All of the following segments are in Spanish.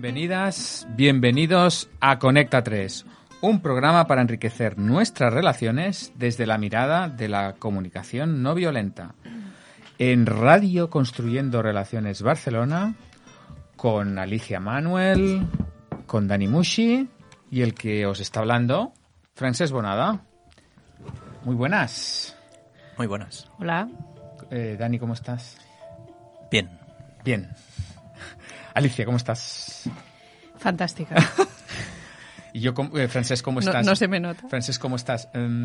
Bienvenidas, bienvenidos a Conecta 3, un programa para enriquecer nuestras relaciones desde la mirada de la comunicación no violenta. En Radio Construyendo Relaciones Barcelona, con Alicia Manuel, con Dani Mushi y el que os está hablando, Francesc Bonada. Muy buenas. Muy buenas. Hola. Dani, ¿cómo estás? Bien. Bien. Alicia, ¿cómo estás? Fantástica. Y yo, Francesc, ¿cómo estás? No se me nota. Francesc, ¿cómo estás?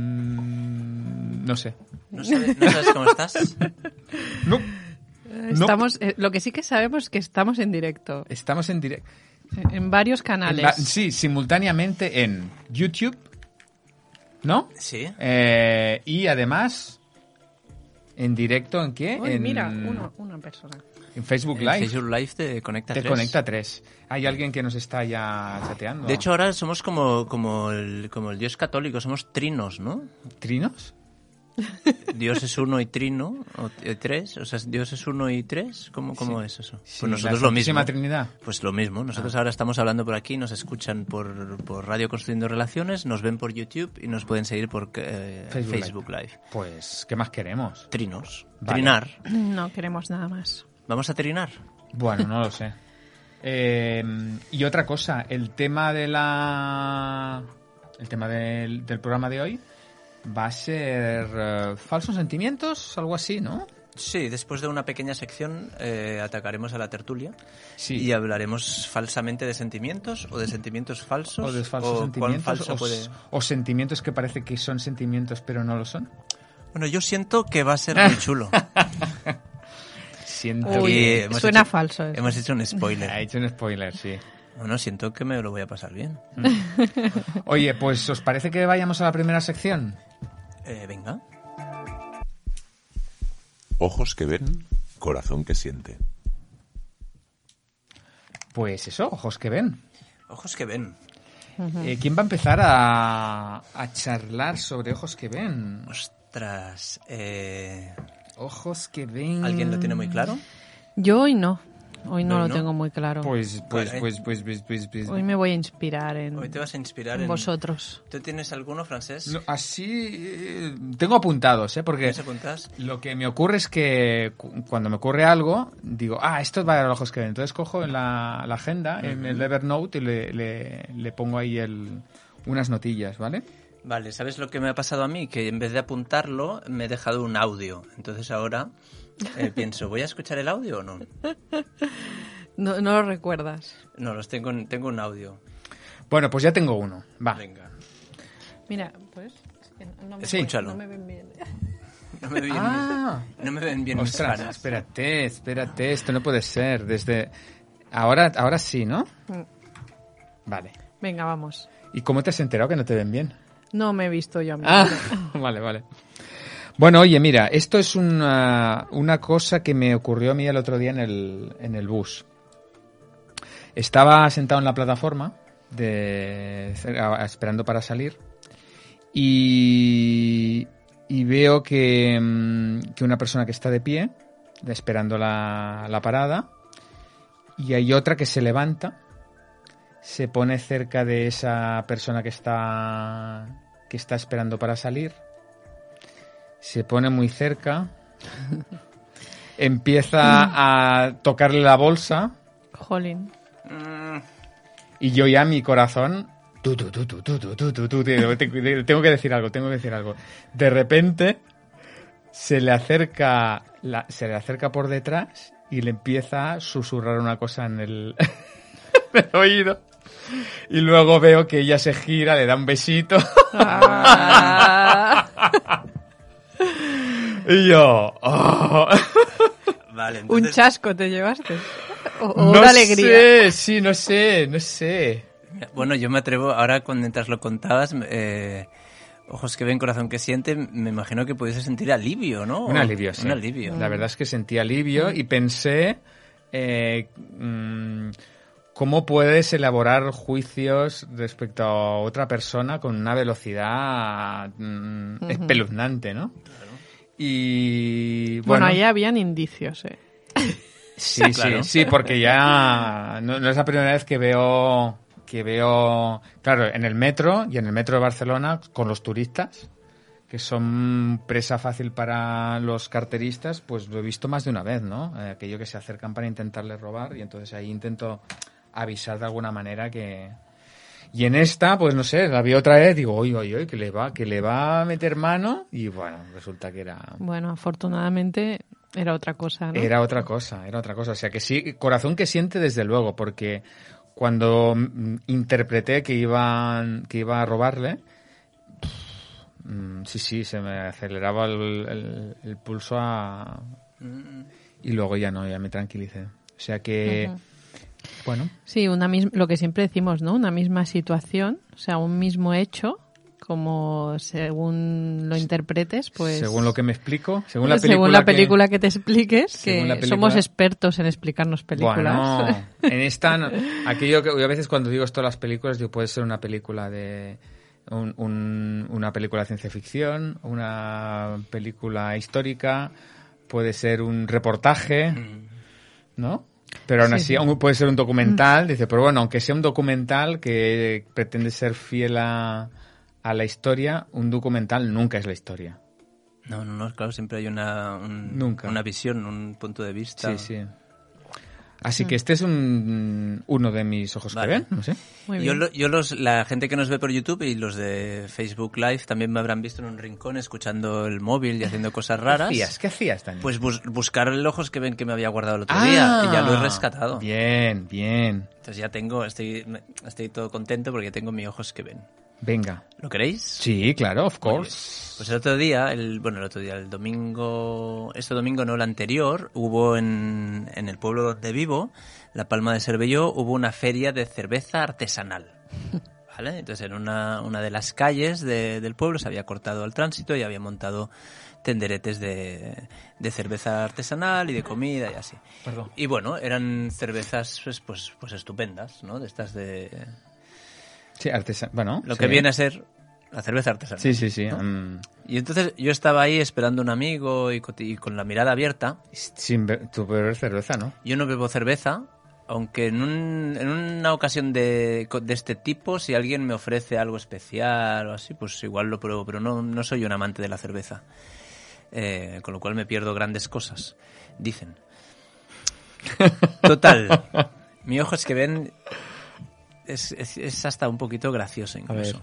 No sé. ¿No sabes cómo estás? No. Estamos, lo que sí que sabemos es que estamos en directo. Estamos en directo. En varios canales. Sí, simultáneamente en YouTube, ¿no? Sí. Y además, en directo, ¿en qué? Uy, mira, una persona. En Facebook Live. En Facebook Live de Conecta 3. De Conecta 3. Hay alguien que nos está ya chateando. De hecho, ahora somos como el Dios católico, somos trinos, ¿no? ¿Trinos? Dios es uno y trino, o tres, o sea, Dios es uno y tres, ¿cómo es eso? Sí, pues nosotros la lo mismo. Santísima Trinidad. Pues lo mismo, nosotros ahora estamos hablando por aquí, nos escuchan por Radio Construyendo Relaciones, nos ven por YouTube y nos pueden seguir por Facebook Live. Pues, ¿qué más queremos? Trinos. Vale. Trinar. No queremos nada más. ¿Vamos a trinar? Bueno, no lo sé. Y otra cosa, el tema del programa de hoy va a ser falsos sentimientos, algo así, ¿no? Sí, después de una pequeña sección atacaremos a la tertulia Sí. y hablaremos falsamente de sentimientos o de sentimientos falsos O de falsos cuán sentimientos, falso puede... o sentimientos que parece que son sentimientos pero no lo son. Bueno, yo siento que va a ser muy chulo. Siento Uy, que... hemos suena hecho- falso eso. Hemos hecho un spoiler. Ha hecho un spoiler, sí. Bueno, siento que me lo voy a pasar bien. Oye, pues ¿os parece que vayamos a la primera sección? Venga. Ojos que ven, corazón que siente. Pues eso, ojos que ven. Ojos que ven. ¿Quién va a empezar a charlar sobre ojos que ven? Ostras. Ojos que ven... ¿Alguien lo tiene muy claro? Yo hoy no. Hoy no No, lo no. tengo muy claro. Pues. Hoy me voy a inspirar en, Hoy te vas a inspirar en vosotros. ¿Tú tienes alguno, Francesc? No, así tengo apuntados, porque ¿Tienes apuntadas? lo que me ocurre es que cuando me ocurre algo, digo, esto va a dar ojos que ven. Entonces cojo en la agenda, en el Evernote, y le pongo ahí unas notillas, ¿vale? Vale, ¿sabes lo que me ha pasado a mí? Que en vez de apuntarlo, me he dejado un audio. Entonces ahora pienso, ¿voy a escuchar el audio o no? No lo recuerdas. No, tengo un audio. Bueno, pues ya tengo uno. Va. Venga. Mira, pues... es que no me, Sí. Escúchalo. no me ven bien. No me ven, no me ven bien mis Ostras, caras. espérate, esto no puede ser. Desde ahora sí, ¿no? Vale. Venga, vamos. ¿Y cómo te has enterado que no te ven bien? No me he visto yo a mí. Vale. Bueno, oye, mira, esto es una cosa que me ocurrió a mí el otro día en el bus. Estaba sentado en la plataforma esperando para salir y veo que una persona que está de pie esperando la parada y hay otra que se levanta, se pone cerca de esa persona que está esperando para salir, se pone muy cerca, empieza a tocarle la bolsa Jolín. y yo ya mi corazón tengo que decir algo. De repente se le acerca por detrás y le empieza a susurrar una cosa en el oído. Y luego veo que ella se gira, le da un besito. Y yo... Vale, Un entonces... chasco te llevaste. O no una alegría. sé, sí, no sé. Bueno, yo me atrevo, ahora mientras lo contabas, ojos que ven, corazón que siente, me imagino que pudiese sentir alivio, ¿no? Un alivio, sí. Un alivio. La verdad es que sentí alivio y pensé... ¿cómo puedes elaborar juicios respecto a otra persona con una velocidad espeluznante, ¿no? Y Bueno, ahí habían indicios, ¿eh? Sí, Claro. sí, porque ya no es la primera vez que veo, claro, en el metro y en el metro de Barcelona con los turistas, que son presa fácil para los carteristas, pues lo he visto más de una vez, ¿no? Aquello que se acercan para intentarle robar y entonces ahí intento avisar de alguna manera que... Y en esta, pues no sé, la vi otra vez, digo, oye, que le va a meter mano y bueno, resulta que era... Bueno, afortunadamente era otra cosa, ¿no? Era otra cosa. O sea que sí, corazón que siente desde luego, porque cuando interpreté que iba a robarle, sí, se me aceleraba el pulso y luego ya me tranquilicé. O sea que, bueno. Sí, lo que siempre decimos, ¿no? Una misma situación, o sea, un mismo hecho, como según lo interpretes, pues... Según lo que me explico, según la película que te expliques, que película... somos expertos en explicarnos películas. Bueno, en esta, aquello que a veces cuando digo esto de las películas, digo, puede ser una película de... una película de ciencia ficción, una película histórica, puede ser un reportaje, ¿no? Pero aún así puede ser un documental, dice, pero bueno, aunque sea un documental que pretende ser fiel a la historia, un documental nunca es la historia. No, claro, siempre hay una visión, un punto de vista. Sí. Así que este es uno de mis ojos que ven, no sé. Muy bien. La gente que nos ve por YouTube y los de Facebook Live también me habrán visto en un rincón escuchando el móvil y haciendo cosas raras. ¿Qué hacías, Dani? Pues buscar el ojos que ven que me había guardado el otro día y ya lo he rescatado. Bien. Entonces ya estoy todo contento porque tengo mi ojos que ven. Venga. ¿Lo queréis? Sí, claro, of course. Pues el otro día, el domingo, este domingo no, el anterior, hubo en el pueblo donde vivo, La Palma de Cervelló, hubo una feria de cerveza artesanal. ¿Vale? Entonces en una de las calles del pueblo se había cortado el tránsito y había montado tenderetes de cerveza artesanal y de comida y así. Perdón. Y bueno, eran cervezas pues estupendas, ¿no? De estas de... Sí, bueno. Lo que viene a ser la cerveza artesanal. Sí. ¿no? Y entonces yo estaba ahí esperando a un amigo y con la mirada abierta. Tú bebes cerveza, ¿no? Yo no bebo cerveza, aunque en una ocasión de este tipo, si alguien me ofrece algo especial o así, pues igual lo pruebo, pero no soy un amante de la cerveza. Con lo cual me pierdo grandes cosas, dicen. Total, mi ojo es que ven... Es hasta un poquito gracioso incluso.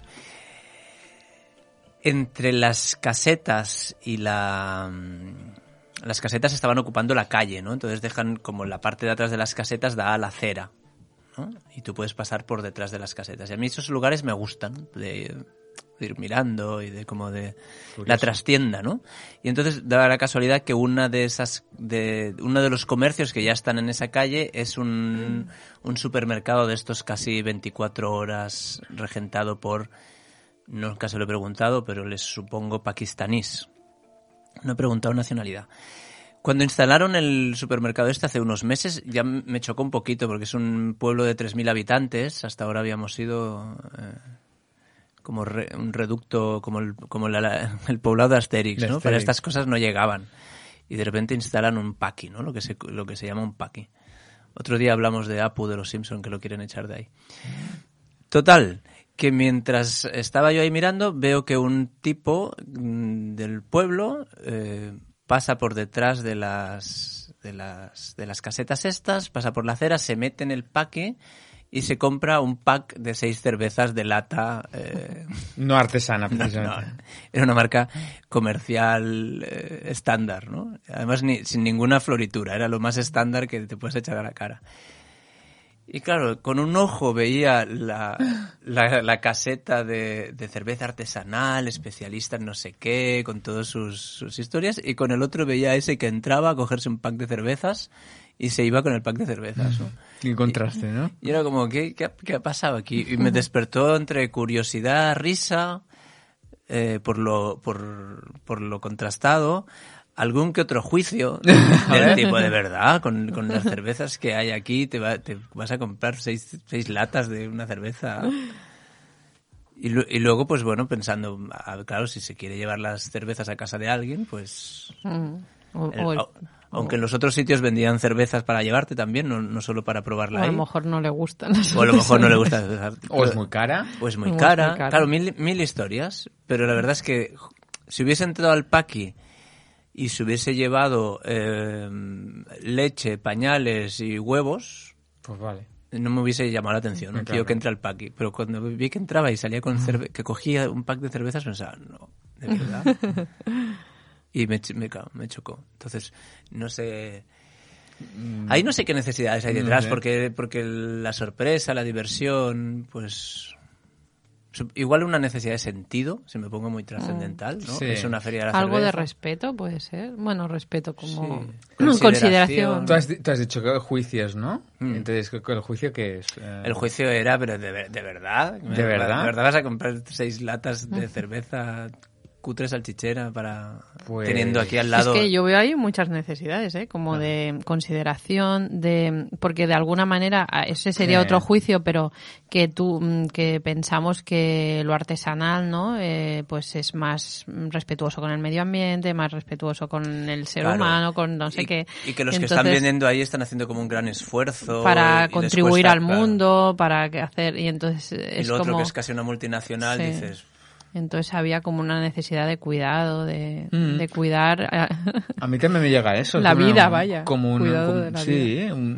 Entre las casetas y las casetas estaban ocupando la calle, ¿no? Entonces dejan como la parte de atrás de las casetas da a la acera, ¿no? Y tú puedes pasar por detrás de las casetas. Y a mí esos lugares me gustan, de ir mirando y de como de curioso. La trastienda, ¿no? Y entonces da la casualidad que uno de los comercios que ya están en esa calle es un supermercado de estos casi 24 horas regentado por, nunca se lo he preguntado, pero les supongo pakistaníes. No he preguntado nacionalidad. Cuando instalaron el supermercado hace unos meses ya me chocó un poquito porque es un pueblo de 3.000 habitantes. Hasta ahora habíamos sido como un reducto, como el poblado de Asterix, ¿no? Para estas cosas no llegaban. Y de repente instalan un paqui, ¿no? Lo que se llama un paqui. Otro día hablamos de Apu de los Simpson, que lo quieren echar de ahí. Total, que mientras estaba yo ahí mirando, veo que un tipo del pueblo pasa por detrás de las casetas estas, pasa por la acera, se mete en el paqui y se compra un pack de 6 cervezas de lata. No artesana, precisamente. No, era una marca comercial estándar, ¿no? Además, sin ninguna floritura. Era lo más estándar que te puedes echar a la cara. Y claro, con un ojo veía la caseta de cerveza artesanal, especialista en no sé qué, con todas sus historias, y con el otro veía ese que entraba a cogerse un pack de cervezas y se iba con el pack de cervezas, ¿no? Y contraste, ¿no? Y era como, ¿qué ha pasado aquí? Y me despertó entre curiosidad, risa, por lo contrastado, algún que otro juicio del tipo, de verdad, con las cervezas que hay aquí, te vas a comprar 6 latas de una cerveza. Y luego, pues bueno, pensando, claro, si se quiere llevar las cervezas a casa de alguien, pues... Aunque en los otros sitios vendían cervezas para llevarte también, no solo para probarla O a ahí. lo mejor no le gustan las O a lo mejor no le gusta. O es muy cara. O es muy O es cara. muy cara. Claro, mil historias. Pero la verdad es que si hubiese entrado al Paqui y se hubiese llevado leche, pañales y huevos, Pues vale. no me hubiese llamado la atención. Un tío Claro. que entra al Paqui. Pero cuando vi que entraba y salía con que cogía un pack de cervezas, pensaba, no, de verdad. Y me chocó. Entonces, no sé... Ahí no sé qué necesidades hay detrás, No sé. porque la sorpresa, la diversión, pues... Igual una necesidad de sentido, si me pongo muy trascendental, ¿no? Sí. Es una feria de la Algo de cerveza. respeto puede ser. Bueno, respeto como Sí. consideración. Tú has dicho que juicios, ¿no? Entonces, ¿el juicio qué es? El juicio era, pero de verdad. ¿De verdad? ¿De verdad vas a comprar 6 latas de cerveza cutre salchichera para... Pues- Teniendo aquí al lado... Es que yo veo ahí muchas necesidades, como de consideración, porque de alguna manera ese sería otro juicio, pero que pensamos que lo artesanal, ¿no? Pues es más respetuoso con el medio ambiente, más respetuoso con el ser Claro. humano, con no sé qué. Y que los que Entonces, están vendiendo ahí están haciendo como un gran esfuerzo. para y les contribuir cuesta, al claro. mundo, para hacer, y entonces Y es lo otro como... que es casi una multinacional, Sí. dices... Entonces había como una necesidad de cuidado, de cuidar A mí también me llega eso. La como vida, vaya. Como una, Cuidado como- de la sí,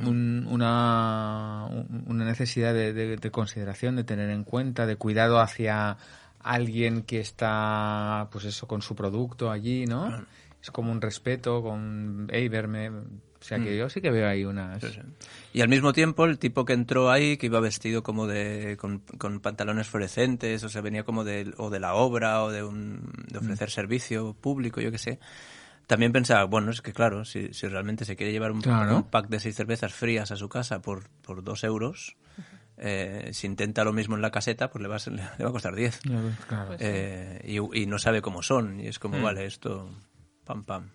una necesidad de consideración, de tener en cuenta, de cuidado hacia alguien que está, pues eso, con su producto allí, ¿no? Es como un respeto, con, hey, verme... O sea, que yo sí que veo ahí unas... Sí, sí. Y al mismo tiempo el tipo que entró ahí, que iba vestido como con pantalones fluorescentes, o sea, venía como de la obra o de ofrecer servicio público, yo qué sé. También pensaba, bueno, es que claro, si realmente se quiere llevar un pack de 6 cervezas frías a su casa por 2 euros, si intenta lo mismo en la caseta, pues le va a costar 10. Claro. Y no sabe cómo son, y es como, vale, esto, pam, pam.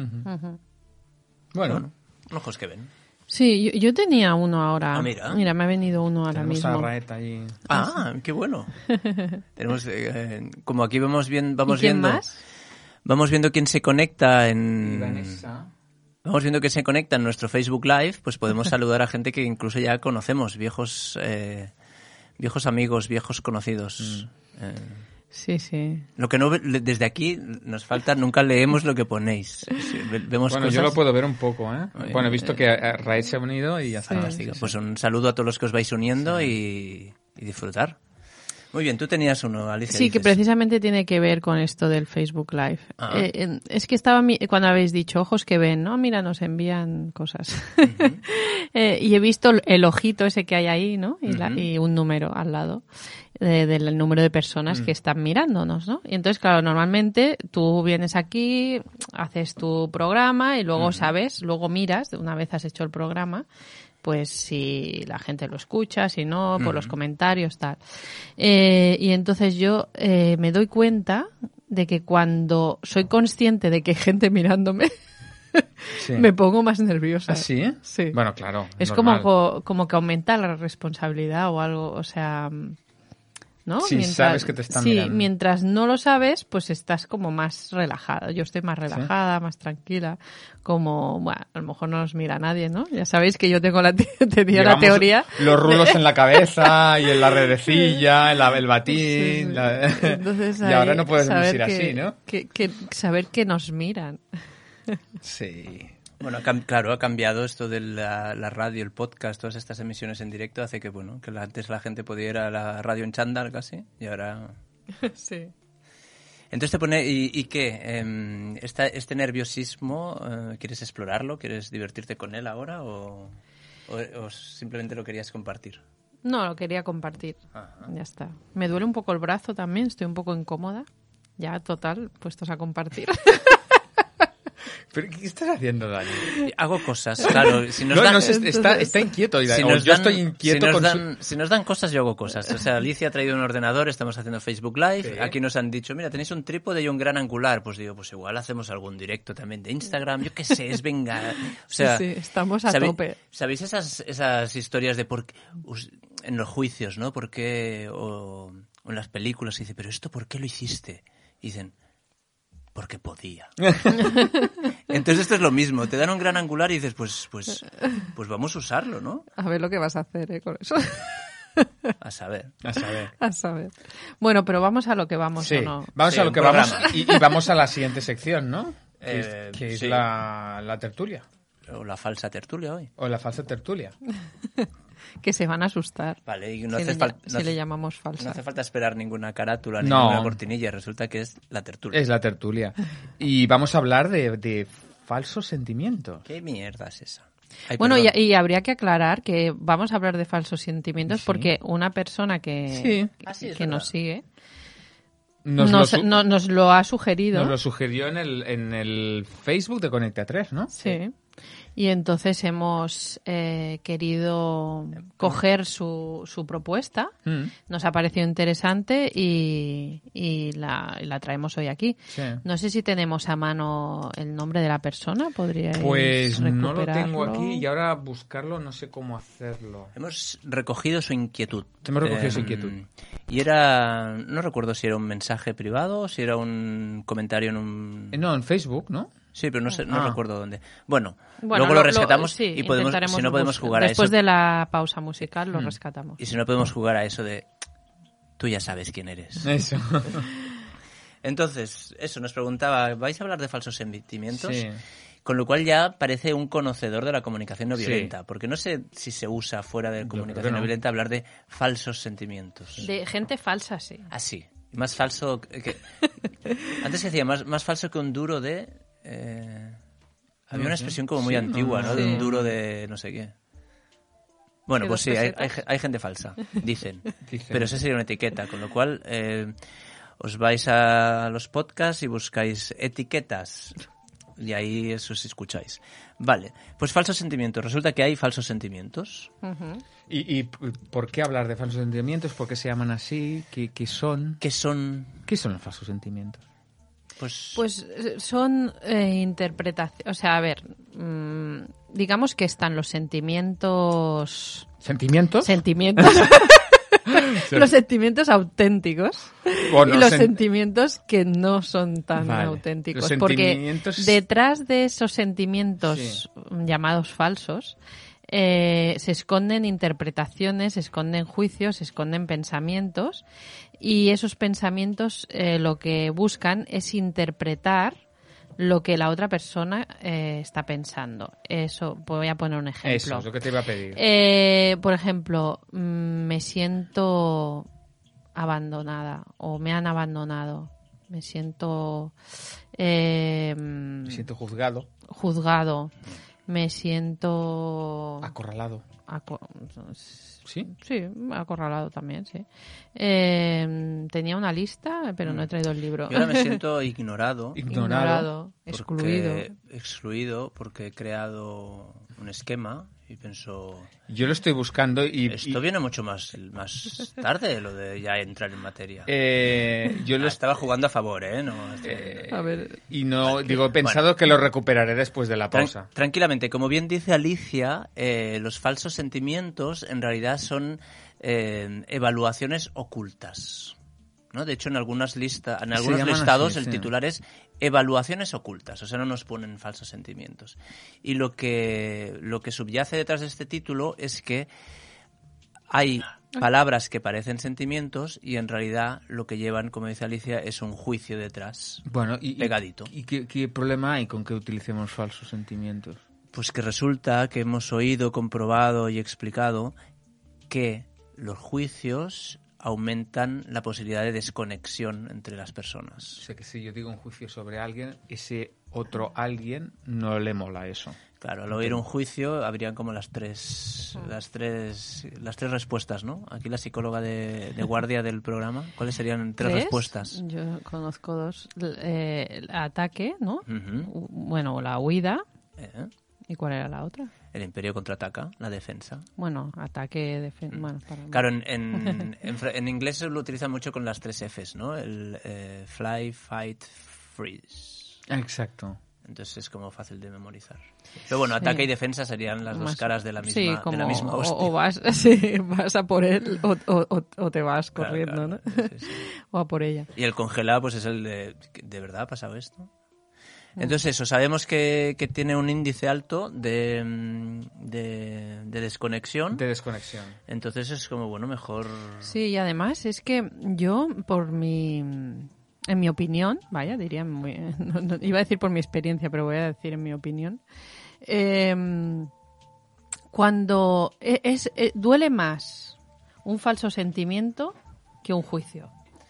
Bueno, Ojos que ven. Sí, yo tenía uno ahora. Ah, mira. Me ha venido uno ahora tenemos mismo. a Raet allí. Ah, qué bueno. Tenemos, como aquí vamos ¿Y quién viendo, más? vamos viendo quién se conecta Y en, Vanessa. vamos viendo quién se conecta en nuestro Facebook Live, pues podemos saludar a gente que incluso ya conocemos, viejos amigos, viejos conocidos. Sí, sí. Lo que no desde aquí nos falta, nunca leemos lo que ponéis. Vemos Bueno, cosas. yo lo puedo ver un poco, ¿eh? Bueno, he visto que Raet se ha unido y ya está. Fantástico. Pues un saludo a todos los que os vais uniendo y disfrutar. Muy bien, tú tenías uno, Alicia. Sí, que dices. precisamente tiene que ver con esto del Facebook Live. Ah. Es que estaba cuando habéis dicho ojos que ven, ¿no? Mira, nos envían cosas. Y he visto el ojito ese que hay ahí, ¿no? Y un número al lado del número de personas que están mirándonos, ¿no? Y entonces, claro, normalmente tú vienes aquí, haces tu programa y luego luego miras, una vez has hecho el programa, pues si la gente lo escucha, si no, por los comentarios, tal. Y entonces yo me doy cuenta de que cuando soy consciente de que hay gente mirándome, Sí. me pongo más nerviosa. ¿Ah, sí? Sí. Bueno, claro. Es normal. como que aumenta la responsabilidad o algo, o sea... ¿no? Sí, sabes que te están mirando. Sí, mientras no lo sabes, pues estás como más relajada. Yo estoy más relajada, más tranquila, como, bueno, a lo mejor no nos mira nadie, ¿no? Ya sabéis que yo tenía la Llevamos teoría. los rulos en la cabeza y en la redecilla, el batín. Sí, sí. Entonces, y ahora ahí no podemos saber ir así, ¿no? Saber que nos miran. Sí. Bueno, claro, ha cambiado esto de la radio, el podcast, todas estas emisiones en directo, hace que, bueno, que antes la gente podía ir a la radio en chándal casi, y ahora... Sí. Entonces te pone, ¿y qué? ¿Este nerviosismo, quieres explorarlo? ¿Quieres divertirte con él ahora o simplemente lo querías compartir? No, lo quería compartir. Ajá. Ya está. Me duele un poco el brazo también, estoy un poco incómoda. Ya, total, puestos a compartir. ¿Pero qué estás haciendo, Dani? Hago cosas, claro. Si nos No, dan, no, está inquieto. si O nos yo dan- estoy inquieto si nos dan cosas, yo hago cosas. O sea, Alicia ha traído un ordenador, estamos haciendo Facebook Live. Sí. Aquí nos han dicho, mira, tenéis un trípode y un gran angular. Pues digo, pues igual hacemos algún directo también de Instagram. Yo qué sé, es venga. O sea, Sí, estamos a tope. ¿Sabéis esas historias de por qué, en los juicios, ¿no? ¿Por qué? O en las películas, y dice, pero esto, ¿por qué lo hiciste? Y dicen, porque podía. Entonces esto es lo mismo. Te dan un gran angular y dices, pues vamos a usarlo, ¿no? A ver lo que vas a hacer con eso. A saber. A saber. Bueno, pero vamos a lo que vamos, Sí, ¿o no? vamos Sí, a lo un que programa. vamos y vamos a la siguiente sección, ¿no? Que es sí. la tertulia, O la falsa tertulia hoy. o la falsa tertulia. Que se van a asustar. Vale, y no si hace le, falta... si le llamamos falsa. No hace falta esperar ninguna carátula, No. ninguna cortinilla. Resulta que es la tertulia. Es la tertulia. Y vamos a hablar de falsos sentimientos. ¿Qué mierda es esa? Ay, Bueno, perdón. y habría que aclarar que vamos a hablar de falsos sentimientos Sí. porque una persona que, Sí. Ah, sí, es que nos verdad. sigue Nos nos lo ha sugerido. lo sugirió en el Facebook de Conecta 3, ¿no? Sí. Y entonces hemos querido coger su propuesta. Mm, Nos ha parecido interesante y la traemos hoy aquí. sí. No sé si tenemos a mano el nombre de la persona. ¿Podríais Pues no lo tengo recuperarlo? aquí y ahora buscarlo no sé cómo hacerlo. Hemos recogido su inquietud. Hemos recogido su inquietud. Y era... No recuerdo si era un mensaje privado o si era un comentario en un... No, en Facebook, ¿no? Sí, pero no sé, no Ah. recuerdo dónde. Bueno, Bueno, luego lo rescatamos sí, y podemos, intentaremos si no podemos jugar a eso. Después de la pausa musical lo rescatamos. Y si no podemos jugar a eso de... Tú ya sabes quién eres. Eso. Entonces, eso, nos preguntaba, ¿vais a hablar de falsos sentimientos? Sí. Con lo cual ya parece un conocedor de la comunicación no Sí. violenta, porque no sé si se usa fuera de creo comunicación que no. no violenta hablar de falsos sentimientos. De gente falsa, sí. Así, más falso que... Antes se decía, más falso que un duro de... Había No una sé. expresión como muy Sí, antigua, ¿no? De sí. un duro de no sé qué. Bueno, ¿Que pues dos sí, hay pesetas? gente falsa, dicen. Dicen. Pero eso sería una etiqueta, con lo cual os vais a los podcasts y buscáis etiquetas. Y ahí eso os escucháis. Vale, pues falsos sentimientos. Resulta que hay falsos sentimientos. Ujú. ¿Y por qué hablar de falsos sentimientos? ¿Por qué se llaman así? ¿Qué son? Que son, ¿Qué son los falsos sentimientos? Pues son interpretaciones. O sea, a ver, digamos que están los sentimientos. ¿Sentimientos? Sentimientos. Los sentimientos auténticos Bueno, y los sen- sentimientos que no son tan Vale. auténticos. Los Porque sentimientos- detrás de esos sentimientos llamados falsos se esconden interpretaciones, se esconden juicios, se esconden pensamientos y esos pensamientos lo que buscan es interpretar lo que la otra persona está pensando. Eso, voy a poner un ejemplo. Eso es lo que te iba a pedir. Por ejemplo, me siento abandonada o me han abandonado. Me siento Me siento juzgado, juzgado. Me siento acorralado. ¿Sí? Sí, acorralado también, sí. Tenía una lista, pero no he traído el libro. yo ahora me siento ignorado. Ignorado. Excluido. Porque he creado un esquema y pienso... Yo lo estoy buscando y... Esto viene mucho más tarde, lo de ya entrar en materia. yo lo Estaba jugando a favor, ¿eh? No, A ver, y no, digo, he pensado que lo recuperaré después de la pausa. Tranquilamente, como bien dice Alicia, los falsos sentimientos en realidad son evaluaciones ocultas, ¿no? De hecho, en algunos llaman listados así, el sí. titular es evaluaciones ocultas, o sea, no nos ponen falsos sentimientos. Y lo que subyace detrás de este título es que hay palabras que parecen sentimientos y en realidad lo que llevan, como dice Alicia, es un juicio detrás. Bueno, Pegadito. ¿Y qué problema hay con que utilicemos falsos sentimientos? Pues que resulta que hemos oído, comprobado y explicado que los juicios aumentan la posibilidad de desconexión entre las O personas. sea, que si yo digo un juicio sobre alguien, ese otro alguien no le mola eso. Claro, al oír un juicio habrían como las tres respuestas, ¿no? Aquí la psicóloga de guardia del programa, ¿cuáles serían tres respuestas? Yo conozco dos. Ataque, ¿no? Ujú. Bueno, la huida. ¿Eh? ¿Y cuál era la otra? El imperio contraataca, la defensa. Bueno, ataque, defensa. Bueno, Claro, en inglés se lo utilizan mucho con las tres Fs, ¿no? El fly, fight, freeze. Exacto. Entonces es como fácil de memorizar. Pero bueno, ataque y defensa serían las dos caras de la misma, como, de la misma hostia. O vas, vas a por él o te vas corriendo, claro. ¿no? Sí. O a por ella. Y el congelado pues es el ¿de verdad ha pasado esto? Entonces eso, sabemos que tiene un índice alto de desconexión. De desconexión. Entonces es como, bueno, mejor... Sí, y además es que yo, en mi opinión, vaya, diría, no, iba a decir por mi experiencia, pero voy a decir en mi opinión, cuando duele más un falso sentimiento que un juicio.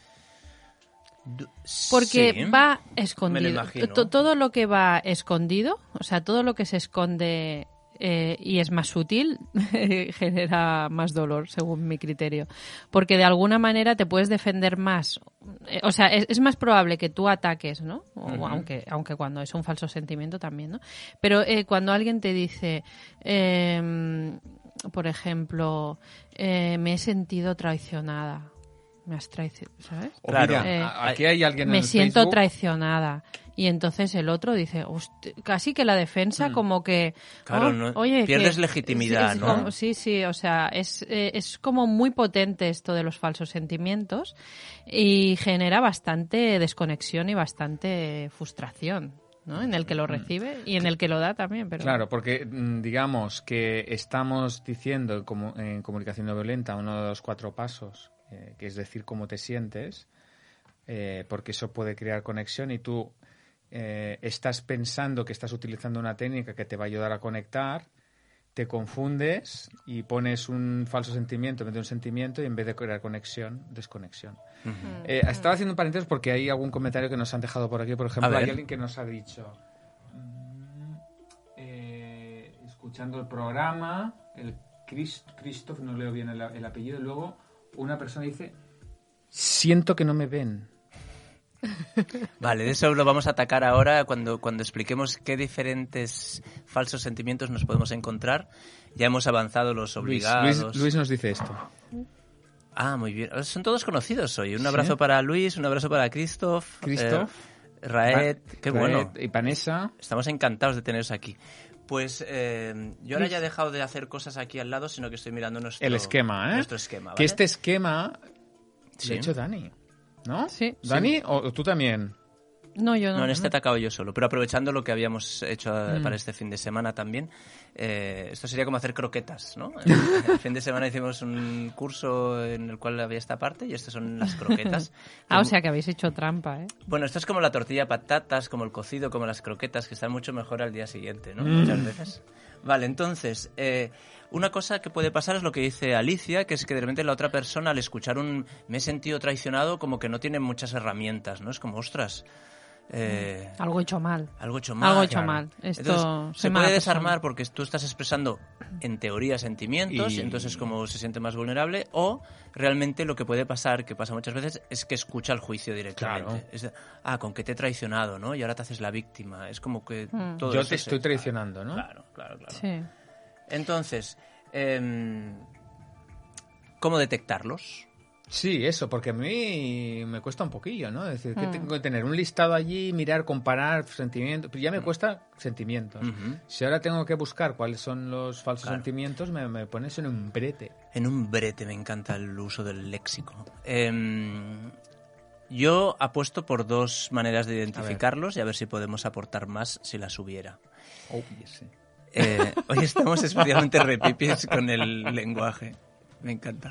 Porque sí, va me lo escondido. imagino. Todo lo que va escondido, o sea, todo lo que se esconde y es más sutil, genera más dolor, según mi criterio. Porque de alguna manera te puedes defender más. O sea, es más probable que tú ataques, ¿no? O aunque cuando es un falso sentimiento también, ¿no? Pero cuando alguien te dice, por ejemplo, me he sentido traicionada. Me has traicionado, ¿sabes? Claro. Mira, aquí hay alguien me en siento Facebook. traicionada. Y entonces el otro dice, casi que la defensa como que... Claro, oh, no, oye, pierdes que, legitimidad, es ¿no? como, sí, o sea, es como muy potente esto de los falsos sentimientos y genera bastante desconexión y bastante frustración, ¿no? En el que lo recibe y en el que lo da también. Pero... Claro, porque digamos que estamos diciendo en comunicación no violenta uno de los 4 pasos, que es decir cómo te sientes, porque eso puede crear conexión y tú estás pensando que estás utilizando una técnica que te va a ayudar a conectar, te confundes y pones un falso sentimiento en vez de un sentimiento y en vez de crear conexión, desconexión. Estaba haciendo un paréntesis porque hay algún comentario que nos han dejado por aquí. Por ejemplo, hay alguien que nos ha dicho, escuchando el programa, el Christoph, no leo bien el apellido, luego una persona dice, siento que no me ven. Vale, de eso lo vamos a atacar ahora cuando expliquemos qué diferentes falsos sentimientos nos podemos encontrar. Ya hemos avanzado los obligados. Luis nos dice esto. Ah, muy bien. Son todos conocidos hoy. Un abrazo para Luis, un abrazo para Christoph. Raed, qué bueno. Y Vanessa. Estamos encantados de teneros aquí. Pues yo ahora ya he dejado de hacer cosas aquí al lado, sino que estoy mirando el esquema, nuestro esquema. ¿Vale? Que este esquema Sí. lo ha hecho Dani, ¿no? Sí. ¿Dani o tú también? No, yo no. No, en este he atacado yo solo, pero aprovechando lo que habíamos hecho para este fin de semana también, esto sería como hacer croquetas, ¿no? El fin de semana hicimos un curso en el cual había esta parte y estas son las croquetas. O sea que habéis hecho trampa, ¿eh? Bueno, esto es como la tortilla de patatas, como el cocido, como las croquetas, que están mucho mejor al día siguiente, ¿no? Muchas veces. Vale, entonces, una cosa que puede pasar es lo que dice Alicia, que es que de repente la otra persona al escuchar me he sentido traicionado, como que no tiene muchas herramientas, ¿no? Es como, ostras... algo hecho mal. Algo hecho mal. Algo hecho claro. mal. Esto Entonces, se puede desarmar porque tú estás expresando, en teoría, sentimientos, y entonces como se siente más vulnerable, o realmente lo que puede pasar, que pasa muchas veces, es que escucha el juicio directamente. Claro. Con que te he traicionado, ¿no? Y ahora te haces la víctima. Es como que todo Yo eso te estoy traicionando, ¿no? Claro. Sí. Entonces, ¿cómo detectarlos? Sí, eso, porque a mí me cuesta un poquillo, ¿no? Es decir, que tengo que tener un listado allí, mirar, comparar sentimientos. Pero ya me cuesta sentimientos. Si ahora tengo que buscar cuáles son los falsos sentimientos, me pones en un brete. En un brete, me encanta el uso del léxico. Yo apuesto por 2 maneras de identificarlos y a ver si podemos aportar más si las hubiera. Oh, yes, sí. Hoy estamos especialmente repipis con el lenguaje. Me encanta.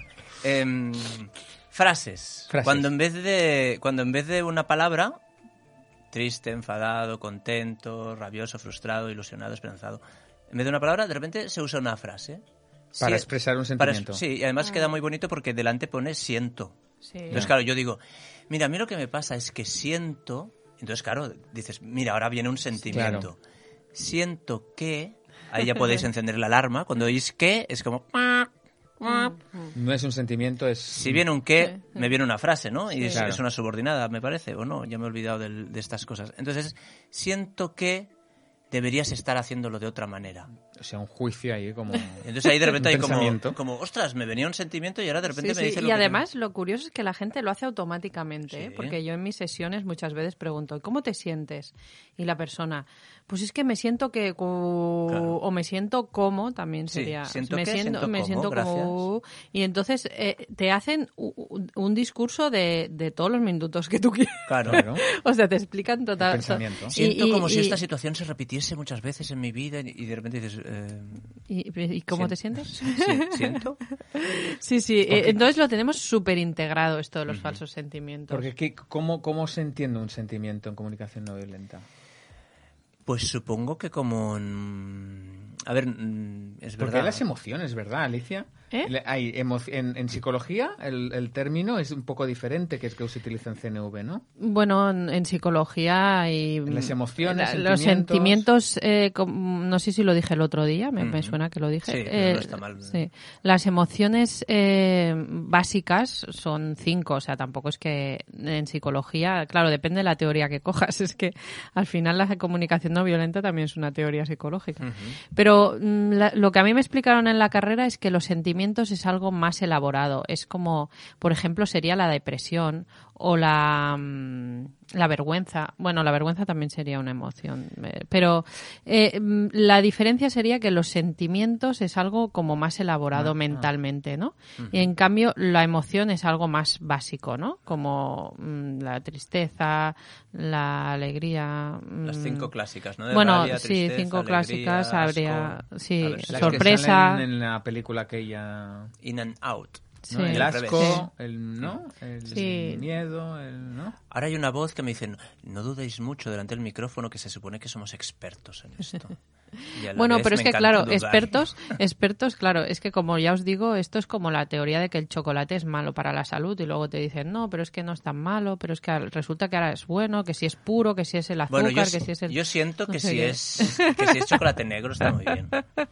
Frases. Cuando en vez de una palabra, triste, enfadado, contento, rabioso, frustrado, ilusionado, esperanzado, en vez de una palabra, de repente se usa una frase. Para expresar un sentimiento. Sí, y además queda muy bonito porque delante pone siento. Sí. Entonces, claro, yo digo, mira, a mí lo que me pasa es que siento... Entonces, claro, dices, mira, ahora viene un sentimiento. Claro. Siento que... Ahí ya podéis encender la alarma. Cuando oís que, es como... No es un sentimiento, es... Si viene un qué, me viene una frase, ¿no? Y claro. es una subordinada, me parece, o no, ya me he olvidado de estas cosas. Entonces, siento que deberías estar haciéndolo de otra manera. O sea, un juicio ahí como... Entonces ahí de repente hay pensamiento. como, ostras, me venía un sentimiento y ahora de repente Sí, me dice lo y que además lo curioso es que la gente lo hace automáticamente, ¿eh? Sí. Porque yo en mis sesiones muchas veces pregunto, ¿cómo te sientes? Y la persona, pues es que me siento que... Claro. O me siento como, también Sí, sería... siento me que, siento, me siento siento como... Y entonces te hacen un discurso de todos los minutos que tú quieres. Claro. O sea, te explican total... El pensamiento. Siento como si esta situación se repitiese muchas veces en mi vida y de repente dices... ¿Y cómo te sientes? Sí, ¿siento? Sí, entonces lo tenemos súper integrado esto de los falsos sentimientos. Porque ¿cómo se entiende un sentimiento en comunicación no violenta? Pues supongo que como... A ver, es Porque verdad. hay las emociones, ¿verdad, Alicia? ¿Eh? En psicología el término es un poco diferente que es que se utiliza en CNV, ¿no? Bueno, en psicología y... Las emociones, los sentimientos, no sé si lo dije el otro día, me suena que lo dije. Sí, pero no está mal. Sí. Las emociones básicas son 5, o sea, tampoco es que en psicología, claro, depende de la teoría que cojas, es que al final la comunicación no violenta también es una teoría psicológica. Pero lo que a mí me explicaron en la carrera es que los sentimientos es algo más elaborado. Es como, por ejemplo, sería la depresión o la vergüenza. Bueno, la vergüenza también sería una emoción. Pero la diferencia sería que los sentimientos es algo como más elaborado mentalmente, ¿no? Y en cambio la emoción es algo más básico, ¿no? Como la tristeza, la alegría. Las 5 clásicas, ¿no? De Bueno, rabia, sí, tristeza, 5 alegría, clásicas habría, asco. sí, A ver, las Las sorpresa. que salen en la película aquella... In and out. Sí. ¿no? El Al revés. asco, el Sí. miedo, ¿no? Ahora hay una voz que me dice, no dudéis mucho delante del micrófono que se supone que somos expertos en esto. Y a la Bueno, vez pero es me que encanta claro, dudar. expertos, claro, es que como ya os digo, esto es como la teoría de que el chocolate es malo para la salud y luego te dicen, no, pero es que no es tan malo, pero es que resulta que ahora es bueno, que si es puro, que si es el azúcar, Bueno, que si es el... yo siento no que, sé si qué. que si es chocolate negro está muy bien.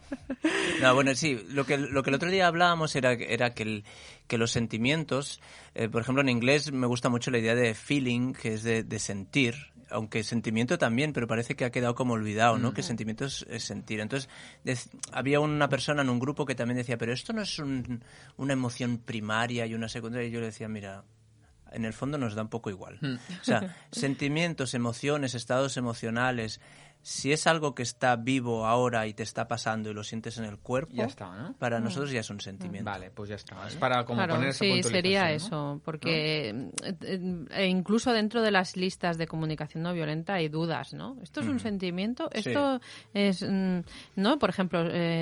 No, bueno, sí, lo que el otro día hablábamos era que los sentimientos, por ejemplo, en inglés me gusta mucho la idea de feeling, que es de sentir, aunque sentimiento también, pero parece que ha quedado como olvidado, ¿no? Que sentimiento es sentir. Entonces, había una persona en un grupo que también decía, pero esto no es una emoción primaria y una secundaria, y yo le decía, mira, en el fondo nos da un poco igual. O sea, sentimientos, emociones, estados emocionales, si es algo que está vivo ahora y te está pasando y lo sientes en el cuerpo, Ya está, ¿no? para nosotros ya es un sentimiento. Vale, pues ya está. Es para como Claro, poner esa sí, puntualización, sería ¿no? eso, porque incluso dentro de las listas de comunicación no violenta hay dudas, ¿no? ¿Esto es un sentimiento? Sí. ¿Esto es...? ¿No? Por ejemplo,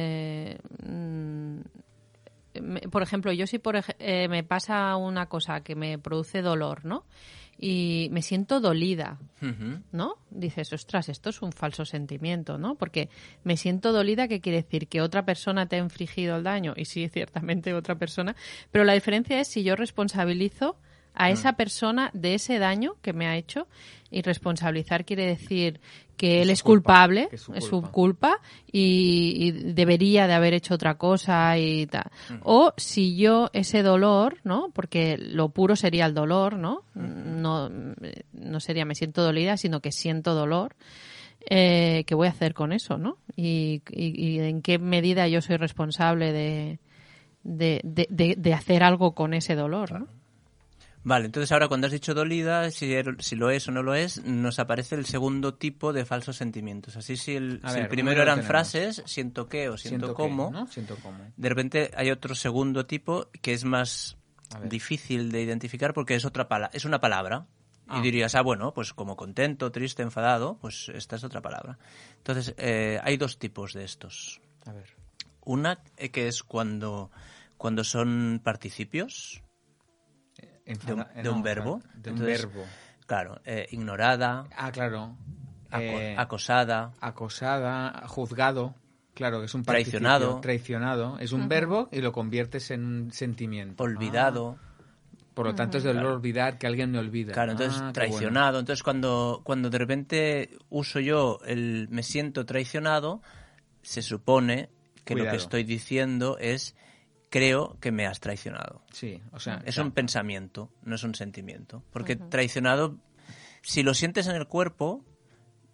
por ejemplo, yo si me pasa una cosa que me produce dolor, ¿no? Y me siento dolida, ¿no? Dices, ostras, esto es un falso sentimiento, ¿no? Porque me siento dolida, ¿qué quiere decir? Que otra persona te ha infligido el daño. Y sí, ciertamente otra persona. Pero la diferencia es si yo responsabilizo a esa persona de ese daño que me ha hecho, y responsabilizar quiere decir que él es culpable, es su culpa y debería de haber hecho otra cosa y tal. O si yo ese dolor, ¿no? Porque lo puro sería el dolor, ¿no? No sería me siento dolida, sino que siento dolor. ¿Qué voy a hacer con eso, no? Y en qué medida yo soy responsable de hacer algo con ese dolor, ¿no? Vale, entonces ahora cuando has dicho dolida, si lo es o no lo es, nos aparece el segundo tipo de falsos sentimientos. Así si el primero eran frases, siento que o siento cómo, ¿no? Siento cómo. De repente hay otro segundo tipo que es más difícil de identificar porque es es una palabra. Y dirías, bueno, pues como contento, triste, enfadado, pues esta es otra palabra. Entonces, hay dos tipos de estos. A ver. Una que es cuando son participios de un verbo. De un Entonces, verbo. Claro, ignorada, Claro. acosada, Juzgado. Claro, que es un Traicionado. Traicionado. Es un verbo y lo conviertes en un sentimiento. olvidado. Por lo tanto, es del olvidar, que alguien me olvida. Claro, entonces qué traicionado. Entonces cuando de repente uso yo el me siento traicionado, se supone que lo que estoy diciendo es creo que me has traicionado. Sí, o sea... Es un pensamiento, no es un sentimiento. Porque traicionado, si lo sientes en el cuerpo,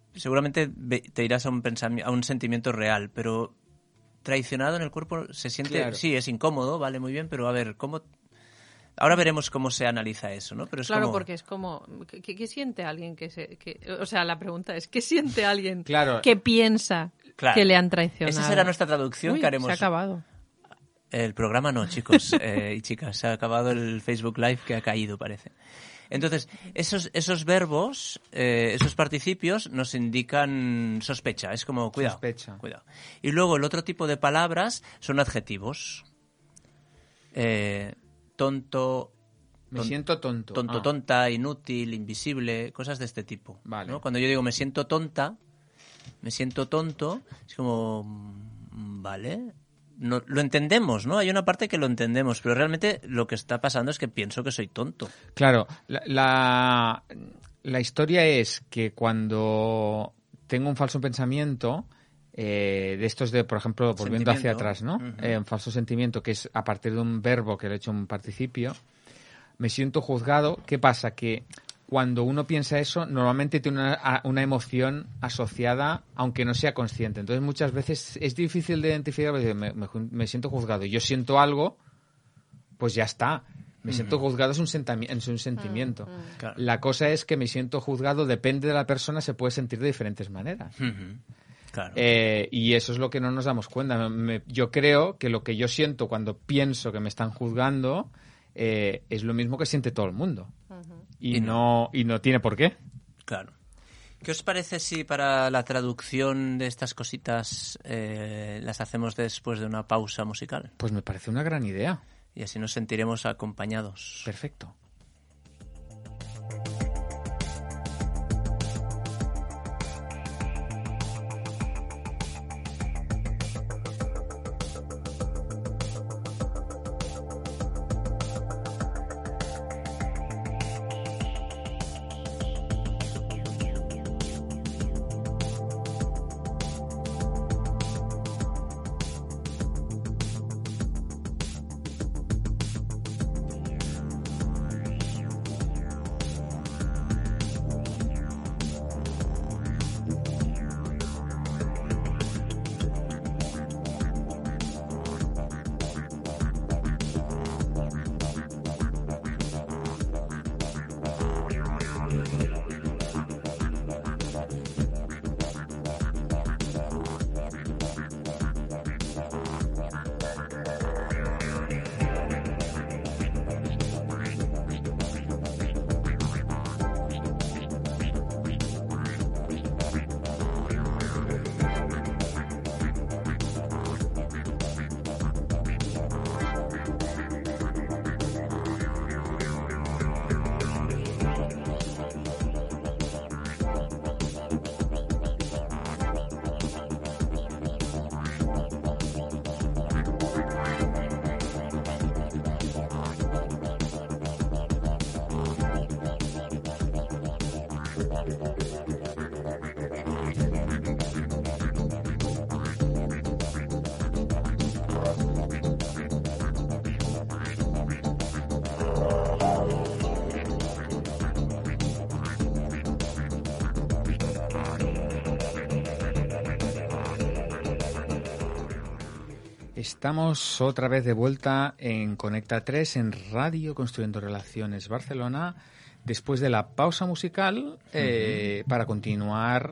seguramente te irás a un sentimiento real, pero traicionado en el cuerpo se siente... Claro. Sí, es incómodo, vale, muy bien, pero a ver, ¿cómo...? Ahora veremos cómo se analiza eso, ¿no? Pero es Claro, como... porque es como... ¿Qué siente alguien o sea, la pregunta es, ¿qué siente alguien Claro. que piensa Claro. que le han traicionado? Esa será nuestra traducción. Uy, que haremos. se ha acabado. El programa no, chicos y chicas. Se ha acabado el Facebook Live que ha caído, parece. Entonces, esos verbos, esos participios nos indican sospecha. Es como, cuidado, Sospecha. cuidado. Y luego el otro tipo de palabras son adjetivos. Tonto... Me siento tonto. Tonto, tonta, inútil, invisible, cosas de este tipo. Vale. ¿no? Cuando yo digo me siento tonta, me siento tonto, es como, vale, no, lo entendemos, ¿no? Hay una parte que lo entendemos, pero realmente lo que está pasando es que pienso que soy tonto. Claro, la historia es que cuando tengo un falso pensamiento, de estos de, por ejemplo, volviendo hacia atrás, ¿no? Un falso sentimiento que es a partir de un verbo que le he hecho un participio, me siento juzgado. ¿Qué pasa? Que cuando uno piensa eso, normalmente tiene una emoción asociada, aunque no sea consciente. Entonces, muchas veces es difícil de identificar, porque me siento juzgado y yo siento algo, pues ya está. Me siento juzgado es un sentimiento. Claro. La cosa es que me siento juzgado, depende de la persona, se puede sentir de diferentes maneras. Claro. Y eso es lo que no nos damos cuenta. Yo creo que lo que yo siento cuando pienso que me están juzgando es lo mismo que siente todo el mundo. Y no tiene por qué. Claro. ¿Qué os parece si para la traducción de estas cositas las hacemos después de una pausa musical? Pues me parece una gran idea. Y así nos sentiremos acompañados. Perfecto. Estamos otra vez de vuelta en Conecta 3, en Radio Construyendo Relaciones Barcelona, después de la pausa musical, para continuar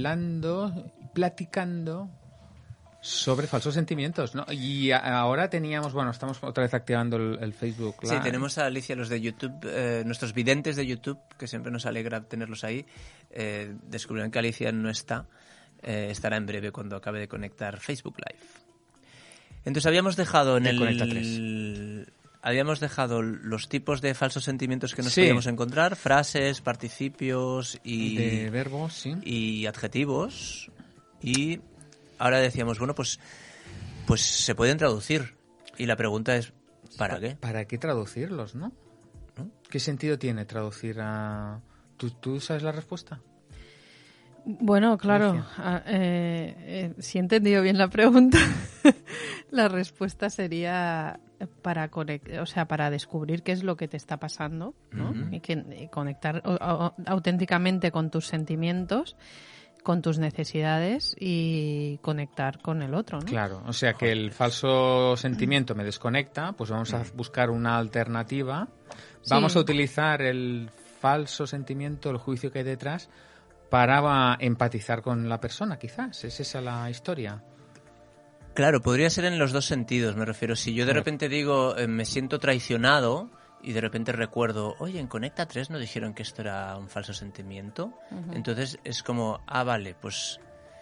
platicando sobre falsos sentimientos, ¿no? Y ahora estamos otra vez activando el Facebook Live. Sí, tenemos a Alicia, los de YouTube, nuestros videntes de YouTube, que siempre nos alegra tenerlos ahí. Descubrirán que Alicia no está, estará en breve cuando acabe de conectar Facebook Live. Entonces habíamos dejado habíamos dejado los tipos de falsos sentimientos que nos podíamos encontrar, frases, participios y de verbos, sí, y adjetivos, y ahora decíamos, bueno, pues se pueden traducir, y la pregunta es ¿para qué? ¿Para qué traducirlos, no? ¿Qué sentido tiene traducir a... ¿Tú sabes la respuesta? Bueno, claro, si he entendido bien la pregunta, la respuesta sería para descubrir qué es lo que te está pasando, ¿no? Y conectar auténticamente con tus sentimientos. con tus necesidades y conectar con el otro, ¿no? Claro, o sea que el falso sentimiento me desconecta, pues vamos a buscar una alternativa. Vamos a utilizar el falso sentimiento, el juicio que hay detrás, para empatizar con la persona, quizás. ¿Es esa la historia? Claro, podría ser en los dos sentidos, me refiero. Si yo de repente digo, me siento traicionado, y de repente recuerdo, oye, en Conecta 3 nos dijeron que esto era un falso sentimiento. Entonces es como, vale, pues...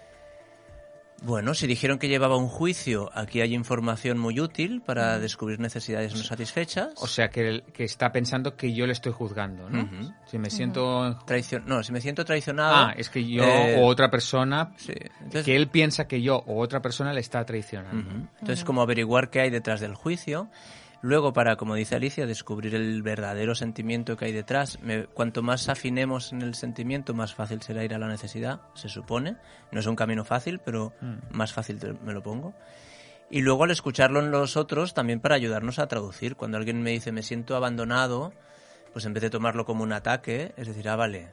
Bueno, si dijeron que llevaba un juicio, aquí hay información muy útil para descubrir necesidades no satisfechas. O sea, que está pensando que yo le estoy juzgando, ¿no? Si me siento... si me siento traicionado... es que yo o otra persona... Sí. Entonces, que él piensa que yo o otra persona le está traicionando. Entonces, como averiguar qué hay detrás del juicio. Luego, para, como dice Alicia, descubrir el verdadero sentimiento que hay detrás. Cuanto más afinemos en el sentimiento, más fácil será ir a la necesidad, se supone. No es un camino fácil, pero más fácil me lo pongo. Y luego, al escucharlo en los otros, también para ayudarnos a traducir. Cuando alguien me dice, me siento abandonado, pues en vez de tomarlo como un ataque, es decir, vale.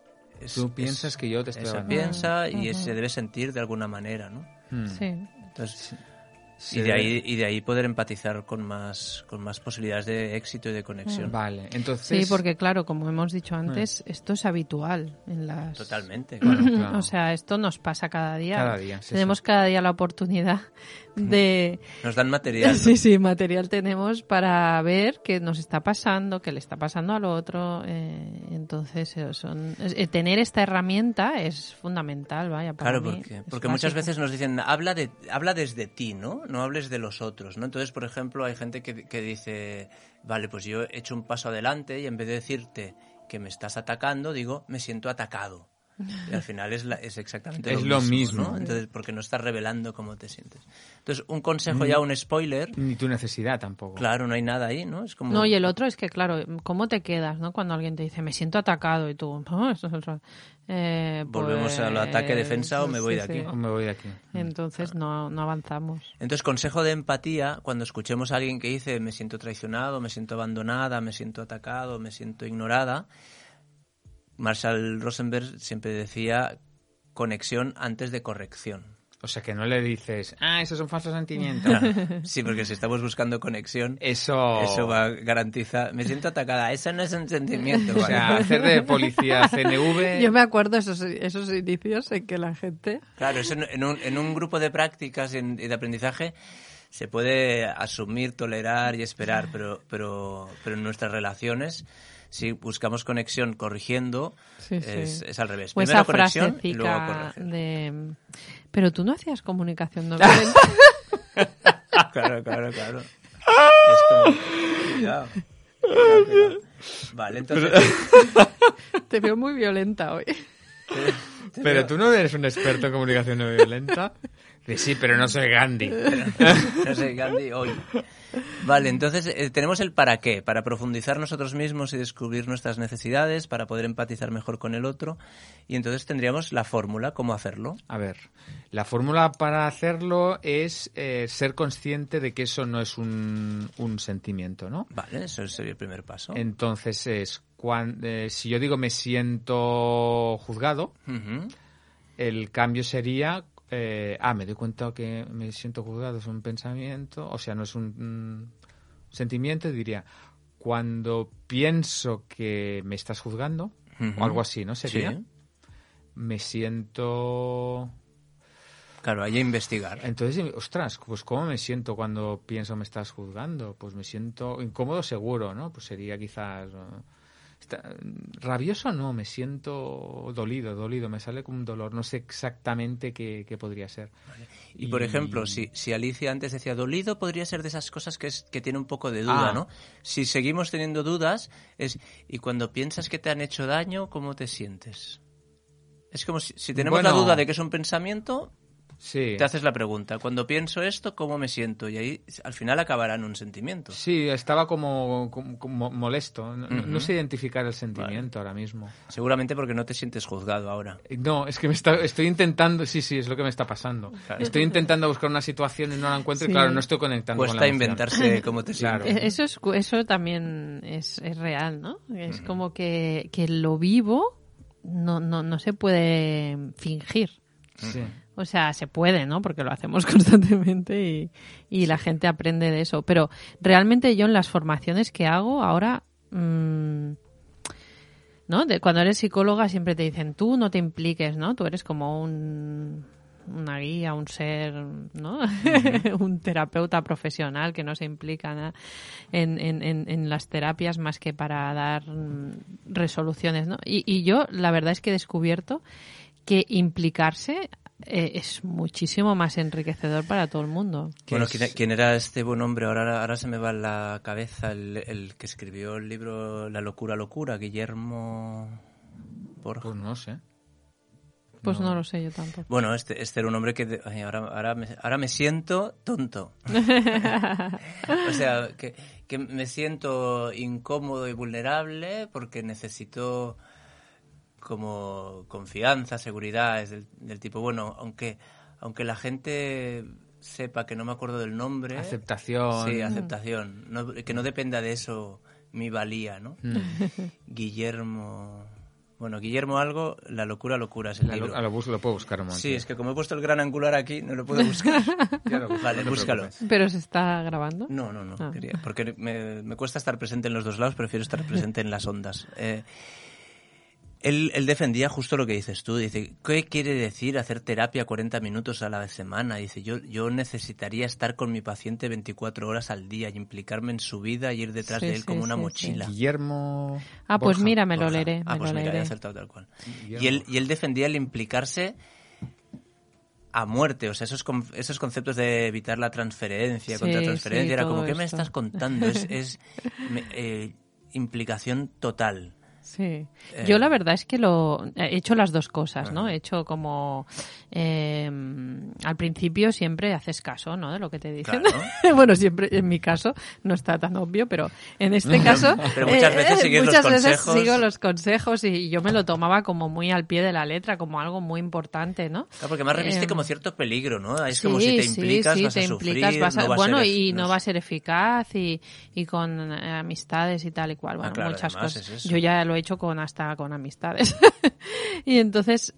Tú piensas que yo te estoy abandonando. Piensa y se debe sentir de alguna manera, ¿no? Sí. Entonces... Y de ahí poder empatizar con más posibilidades de éxito y de conexión. Vale, entonces... Sí, porque claro, como hemos dicho antes, esto es habitual en las... Totalmente. Claro. O sea, esto nos pasa cada día. Cada día, sí, Tenemos cada día la oportunidad de... Nos dan material, ¿no? Sí, material tenemos para ver qué nos está pasando, qué le está pasando al otro. Entonces, tener esta herramienta es fundamental, vaya, para mí. Claro, porque muchas veces nos dicen, habla desde ti, ¿no? No hables de los otros, ¿no? Entonces, por ejemplo, hay gente que dice, vale, pues yo he hecho un paso adelante y en vez de decirte que me estás atacando, digo, me siento atacado. Y al final es exactamente lo mismo, ¿no? Entonces, porque no estás revelando cómo te sientes. Entonces, un consejo ya, un spoiler... Ni tu necesidad tampoco. Claro, no hay nada ahí, ¿no? Es como... No, y el otro es que, claro, ¿cómo te quedas, no? Cuando alguien te dice, me siento atacado, y tú, esto es otro... Volvemos al ataque-defensa o me voy de aquí. O me voy de aquí. Entonces no avanzamos. Entonces, consejo de empatía, cuando escuchemos a alguien que dice, me siento traicionado, me siento abandonada, me siento atacado, me siento ignorada... Marshall Rosenberg siempre decía conexión antes de corrección. O sea, que no le dices, eso es un falso sentimiento. Sí, porque si estamos buscando conexión, eso garantiza... Me siento atacada, eso no es un sentimiento. O sea, hacer de policía CNV... Yo me acuerdo esos inicios en que la gente... Claro, eso en un grupo de prácticas y de aprendizaje se puede asumir, tolerar y esperar, pero en nuestras relaciones... Si buscamos conexión corrigiendo, es al revés. O Primero esa conexión y luego frasecita corregir. Pero tú no hacías comunicación no violenta. Claro. Es como... Cuidado. Vale, entonces... Te veo muy violenta hoy. Pero tú no eres un experto en comunicación no violenta. Sí, pero no soy Gandhi. No soy Gandhi hoy. Vale, entonces tenemos el para qué, para profundizar nosotros mismos y descubrir nuestras necesidades, para poder empatizar mejor con el otro. Y entonces tendríamos la fórmula, ¿cómo hacerlo? A ver, la fórmula para hacerlo es ser consciente de que eso no es un sentimiento, ¿no? Vale, eso sería el primer paso. Entonces es, si yo digo me siento juzgado, el cambio sería... me doy cuenta que me siento juzgado, es un pensamiento, o sea, no es un sentimiento, diría, cuando pienso que me estás juzgando, o algo así, ¿no? Sería, sí. Me siento... Claro, hay que investigar. Entonces, ostras, pues ¿cómo me siento cuando pienso me estás juzgando? Pues me siento incómodo seguro, ¿no? Pues sería quizás... rabioso no, me siento dolido, me sale como un dolor, no sé exactamente qué podría ser. Vale. Y por ejemplo, si Alicia antes decía dolido, podría ser de esas cosas que tiene un poco de duda, ¿no? Si seguimos teniendo dudas, y cuando piensas que te han hecho daño, ¿cómo te sientes? Es como si tenemos la duda de que es un pensamiento... Sí. Te haces la pregunta, cuando pienso esto, ¿cómo me siento? Y ahí al final acabará en un sentimiento. Sí, estaba como molesto. No sé identificar el sentimiento ahora mismo. Seguramente porque no te sientes juzgado ahora. No, es que estoy intentando... Sí, es lo que me está pasando. Claro. Estoy intentando buscar una situación y no la encuentro y claro, no estoy conectando con la emoción. Inventarse cómo te sientes. Eso también es real, ¿no? Es como que lo vivo no se puede fingir. Sí. O sea, se puede, ¿no? Porque lo hacemos constantemente y la gente aprende de eso. Pero realmente yo en las formaciones que hago ahora, ¿no? Cuando eres psicóloga siempre te dicen, tú no te impliques, ¿no? Tú eres como una guía, un ser, ¿no? Un terapeuta profesional que no se implica en las terapias más que para dar resoluciones, ¿no? Y yo la verdad es que he descubierto que implicarse es muchísimo más enriquecedor para todo el mundo. Bueno, ¿quién era este buen hombre? Ahora se me va en la cabeza el que escribió el libro La locura, Guillermo Borja. Pues no sé. Pues no lo sé yo tampoco. Bueno, este era un hombre que ahora me siento tonto. O sea, que me siento incómodo y vulnerable porque necesito como confianza, seguridad, es del tipo, bueno, aunque la gente sepa que no me acuerdo del nombre. Aceptación. Sí, aceptación. Que no dependa de eso mi valía, ¿no? Guillermo algo, La locura es el libro. Lo puedo buscar un momento. Sí, es que como he puesto el gran angular aquí, no lo puedo buscar. Vale, búscalo. ¿Pero se está grabando? No. Porque me cuesta estar presente en los dos lados, prefiero estar presente en las ondas. Él defendía justo lo que dices tú. Dice, ¿qué quiere decir hacer terapia 40 minutos a la semana? Dice, yo necesitaría estar con mi paciente 24 horas al día y implicarme en su vida y ir detrás de él como una mochila. Guillermo pues Borja. mira, me lo leeré. Pues mira, he acertado tal cual. Y él defendía el implicarse a muerte, o sea, esos conceptos de evitar la transferencia, contratransferencia, era como, ¿qué me estás contando? Es implicación total. Sí. Yo la verdad es que he hecho las dos cosas, ¿no? He hecho como al principio siempre haces caso, ¿no? De lo que te dicen. Claro. Bueno, siempre en mi caso no está tan obvio, pero en este caso pero muchas veces sigues los consejos. Muchas veces sigo los consejos y yo me lo tomaba como muy al pie de la letra, como algo muy importante, ¿no? Claro, porque más reviste como cierto peligro, ¿no? Es como si te implicas vas a sufrir, no va a ser eficaz y con amistades y tal y cual, bueno, claro, muchas cosas. Es eso. Yo ya lo he hecho hasta con amistades. Y entonces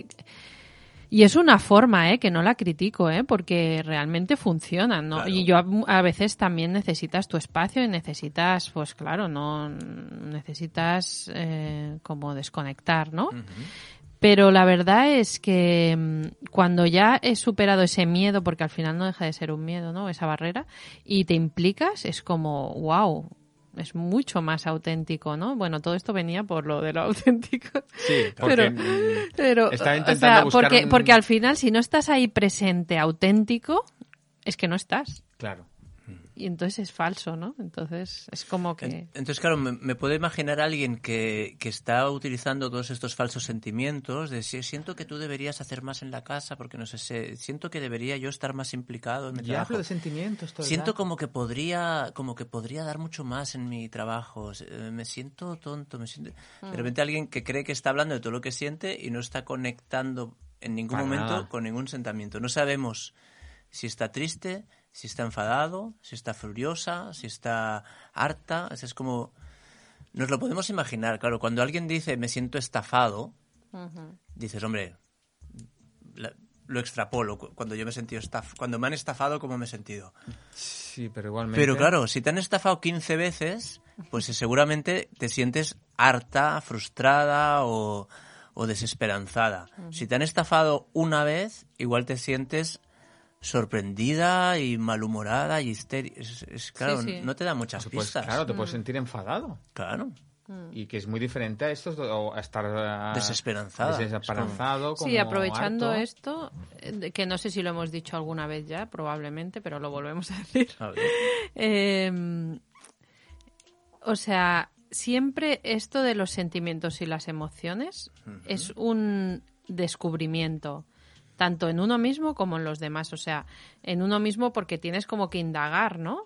y es una forma que no la critico, porque realmente funciona, ¿no? Claro. Y yo a veces también necesitas tu espacio y necesitas, pues claro, no necesitas como desconectar, ¿no? Uh-huh. Pero la verdad es que cuando ya he superado ese miedo, porque al final no deja de ser un miedo, ¿no? Esa barrera, y te implicas, es como, wow, es mucho más auténtico, ¿no? Bueno, todo esto venía por lo de lo auténtico. Sí, pero estaba intentando buscar porque al final, si no estás ahí presente, auténtico, es que no estás. Claro. Y entonces es falso, ¿no? Entonces es como que... Entonces, claro, me puedo imaginar a alguien que está utilizando todos estos falsos sentimientos de siento que tú deberías hacer más en la casa porque no sé, siento que debería yo estar más implicado en mi trabajo. Hablo de sentimientos todo el siento rato. como que podría dar mucho más en mi trabajo. Me siento tonto, De repente alguien que cree que está hablando de todo lo que siente y no está conectando en ningún momento con ningún sentimiento. No sabemos si está triste, si está enfadado, si está furiosa, si está harta. Es como... Nos lo podemos imaginar, claro. Cuando alguien dice, me siento estafado, dices, hombre, lo extrapolo. Cuando yo me he sentido cuando me han estafado, ¿cómo me he sentido? Sí, pero igualmente... Pero claro, si te han estafado 15 veces, pues seguramente te sientes harta, frustrada o desesperanzada. Si te han estafado una vez, igual te sientes sorprendida y malhumorada y histérica. Claro, sí. No te da muchas pistas. Claro, te puedes sentir enfadado. Claro. Y que es muy diferente a esto, a estar desesperanzado. Como sí, aprovechando harto. Esto, que no sé si lo hemos dicho alguna vez ya, probablemente, pero lo volvemos a decir. O sea, siempre esto de los sentimientos y las emociones es un descubrimiento. tanto en uno mismo como en los demás. O sea, en uno mismo porque tienes como que indagar, ¿no?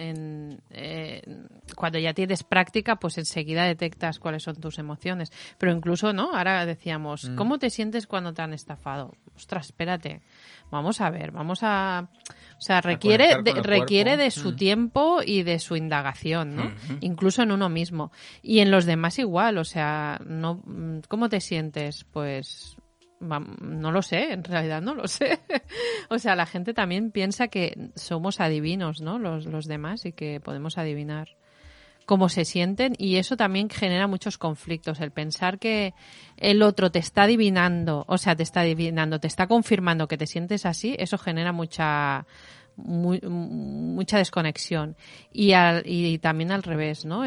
Cuando ya tienes práctica, pues enseguida detectas cuáles son tus emociones. Pero incluso, ¿no? Ahora decíamos, ¿cómo te sientes cuando te han estafado? Ostras, espérate. Vamos a ver, o sea, requiere de su tiempo y de su indagación, ¿no? Incluso en uno mismo. Y en los demás igual, o sea, no, ¿cómo te sientes? Pues no lo sé, en realidad no lo sé. O sea, la gente también piensa que somos adivinos, ¿no? Los demás, y que podemos adivinar cómo se sienten, y eso también genera muchos conflictos. El pensar que el otro te está adivinando, te está confirmando que te sientes así, eso genera mucha desconexión. Y también al revés, ¿no?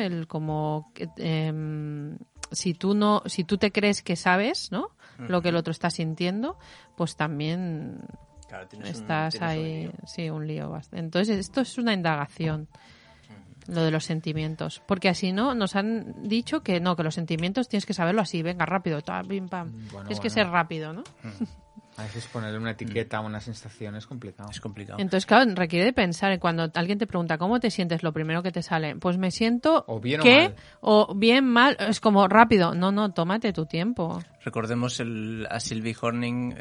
Si tú te crees que sabes, ¿no? Lo que el otro está sintiendo, pues también estás ahí, un lío bastante. Entonces, esto es una indagación. Lo de los sentimientos, porque así nos han dicho que no, que los sentimientos tienes que saberlo así, venga, rápido, pim, pam. Tienes que ser rápido, ¿no? A veces ponerle una etiqueta a una sensación es complicado. Entonces, claro, requiere de pensar. Cuando alguien te pregunta ¿cómo te sientes? Lo primero que te sale, pues me siento o bien o bien mal. Es como rápido. No, tómate tu tiempo. Recordemos a Sylvie Horning,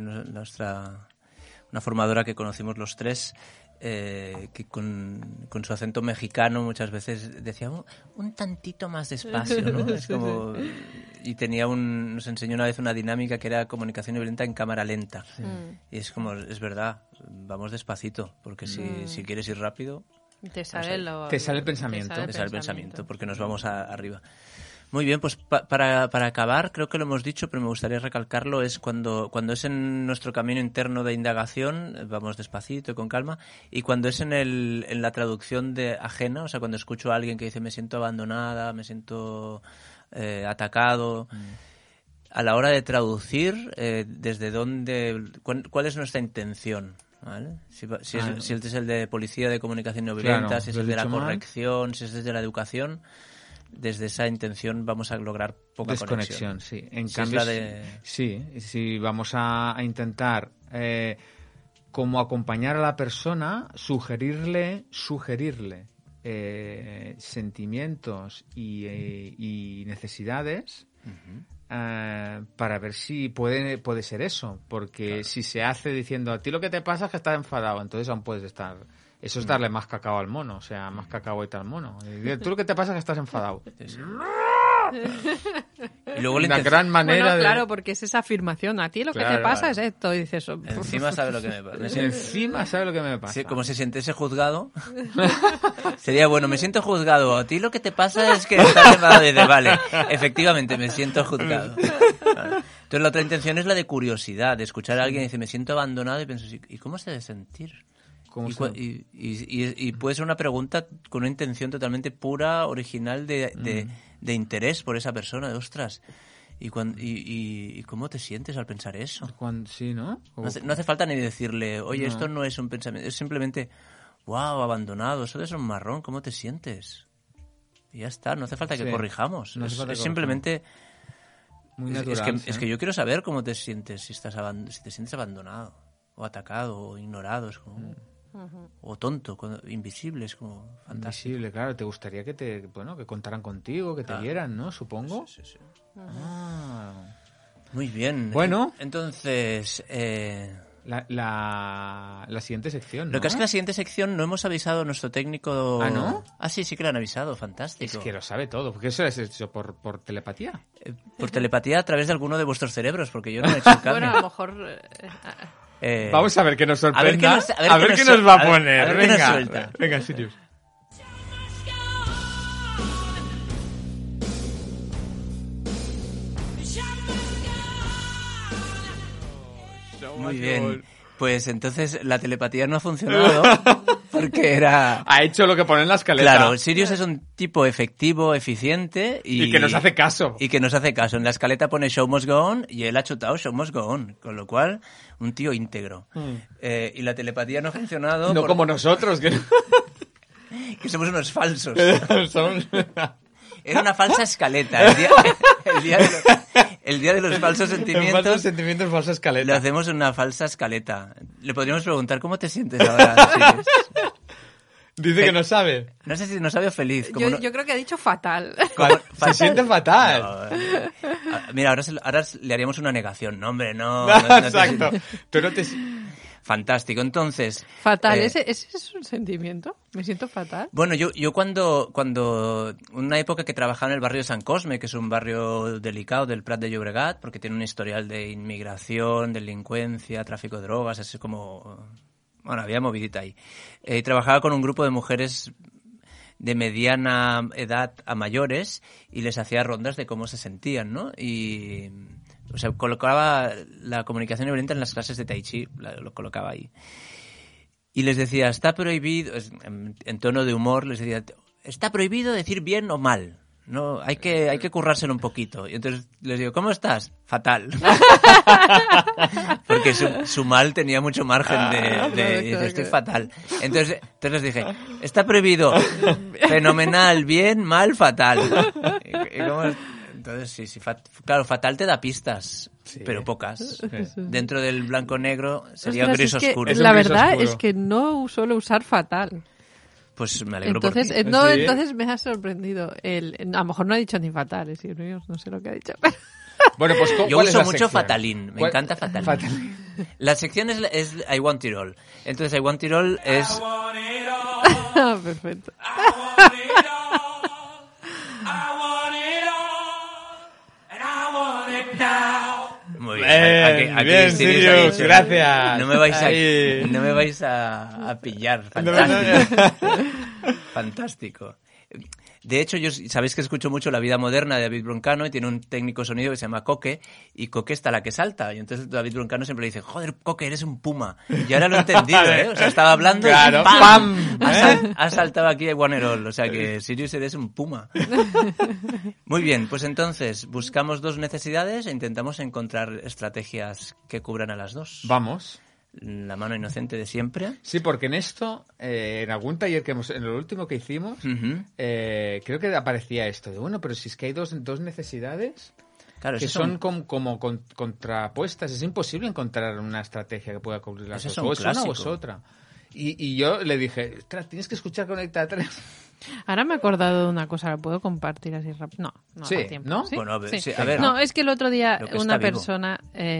una formadora que conocimos los tres, que con su acento mexicano muchas veces decía un tantito más despacio, ¿no? Es como, y nos enseñó una vez una dinámica que era comunicación violenta en cámara lenta. Y es como, es verdad, vamos despacito, porque si quieres ir rápido te sale el pensamiento. Te sale el pensamiento, porque nos vamos arriba. Muy bien, pues para acabar, creo que lo hemos dicho, pero me gustaría recalcarlo, es cuando es en nuestro camino interno de indagación, vamos despacito y con calma, y cuando es en la traducción ajena, o sea, cuando escucho a alguien que dice me siento abandonada, me siento atacado, a la hora de traducir, ¿desde dónde, cuál es nuestra intención? ¿Vale? Si es el de policía de comunicación no violenta, claro, si es el de la corrección, si es desde la educación, desde esa intención vamos a lograr poca desconexión. Sí. En cambio, si vamos a intentar como acompañar a la persona, sugerirle sentimientos y necesidades, para ver si puede ser eso, porque claro, si se hace diciendo a ti lo que te pasa es que estás enfadado, entonces aún puedes estar. Eso es darle más cacao al mono, o sea, más cacahuete al mono. Tú lo que te pasa es que estás enfadado. Sí. Y luego una gran manera claro, porque es esa afirmación. A ti lo que te pasa es esto. Y dices, encima sabe lo que me pasa. Encima sabe lo que me pasa. Sí, como si sintiese juzgado. Sería bueno, me siento juzgado. A ti lo que te pasa es que estás enfadado. Y dices, vale, efectivamente, me siento juzgado. Vale. Entonces la otra intención es la de curiosidad, de escuchar a alguien y decir, me siento abandonado, y pienso, ¿y cómo se debe sentir? Y puede ser una pregunta con una intención totalmente pura, original, de interés por esa persona, de ostras. ¿Y cómo te sientes al pensar eso? Sí, ¿no? No hace falta ni decirle, oye, esto no es un pensamiento, es simplemente, wow, abandonado, eso debe ser un marrón, ¿cómo te sientes? Y ya está, no hace falta que corrijamos. No es simplemente... Muy natural, es que yo quiero saber cómo te sientes, si te sientes abandonado, o atacado, o ignorado, es como... O tonto, invisible, es como fantástico. Invisible, claro, te gustaría que contaran contigo, que te vieran, ¿no? Supongo. Sí. Muy bien. Bueno. Entonces... La siguiente sección, ¿no? Lo que es que la siguiente sección no hemos avisado a nuestro técnico... ¿Ah, no? Ah, sí que lo han avisado, fantástico. Es que lo sabe todo, porque eso es hecho por telepatía. Por telepatía a través de alguno de vuestros cerebros, porque yo no he hecho el cambio. Bueno, a lo mejor... Vamos a ver qué nos sorprenda. A ver qué nos va a poner. A ver qué nos suelta. Venga, Sirius. Muy bien. Pues entonces la telepatía no ha funcionado porque era... Ha hecho lo que pone en la escaleta. Claro, Sirius es un tipo efectivo, eficiente y... que nos hace caso. En la escaleta pone Show Must Go On y él ha chutado Show Must Go On, con lo cual, un tío íntegro. Y la telepatía no ha funcionado... No como nosotros, que somos unos falsos. Somos... Era una falsa escaleta. El día de los falsos sentimientos. Falsos sentimientos, falsa escaleta. Le hacemos una falsa escaleta. Le podríamos preguntar, ¿cómo te sientes ahora? Sí. Dice que no sabe. No sé si no sabe o feliz. Yo creo que ha dicho fatal. Se siente fatal. No, mira, ahora le haríamos una negación. No, hombre, no. Exacto. Tú no te... Fantástico. Entonces... Fatal. ¿Ese es un sentimiento? ¿Me siento fatal? Bueno, yo cuando una época que trabajaba en el barrio de San Cosme, que es un barrio delicado del Prat de Llobregat, porque tiene un historial de inmigración, delincuencia, tráfico de drogas, así como... Bueno, había movidita ahí. Trabajaba con un grupo de mujeres de mediana edad a mayores y les hacía rondas de cómo se sentían, ¿no? Y... O sea, colocaba la comunicación no violenta en las clases de Tai Chi, lo colocaba ahí. Y les decía, está prohibido, en tono de humor, les decía, está prohibido decir bien o mal. No, hay que currárselo un poquito. Y entonces les digo, ¿cómo estás? Fatal. Porque su mal tenía mucho margen de dice, estoy fatal. Entonces les dije, está prohibido, fenomenal, bien, mal, fatal. Entonces, sí, claro, fatal te da pistas, sí, pero pocas. Sí. Dentro del blanco-negro sería gris oscuro. La verdad es que no suelo usar fatal. Pues me alegro entonces, por ti. Entonces me ha sorprendido. A lo mejor no ha dicho ni fatal, es decir, no sé lo que ha dicho. Bueno, pues, yo uso mucho Fatalin, me encanta Fatalin. La sección es I Want It All. Entonces I Want It All es... Perfecto. Muy bien, bien, Sirius, gracias. No me vais a pillar. Fantástico. De hecho, sabéis que escucho mucho La vida moderna de David Broncano y tiene un técnico sonido que se llama Coque, y Coque está la que salta. Y entonces David Broncano siempre dice, joder, Coque, eres un puma. Y ahora lo he entendido, ¿eh? O sea, estaba hablando claro, y ¡pam! Ha saltado aquí a Guanerol. O sea que Sirius eres un puma. Muy bien, pues entonces buscamos dos necesidades e intentamos encontrar estrategias que cubran a las dos. Vamos. La mano inocente de siempre. Sí, porque en esto, en algún taller que en lo último que hicimos, creo que aparecía esto de, bueno, pero si es que hay dos necesidades claro, que son como contrapuestas, es imposible encontrar una estrategia que pueda cubrir las dos, o es una o es otra. Y yo le dije, tienes que escuchar Conecta 3. Ahora me he acordado de una cosa, ¿la puedo compartir así rápido? No sí, da tiempo. ¿no? ¿Sí? Bueno, sí. Sí, a ver. No, es que el otro día una persona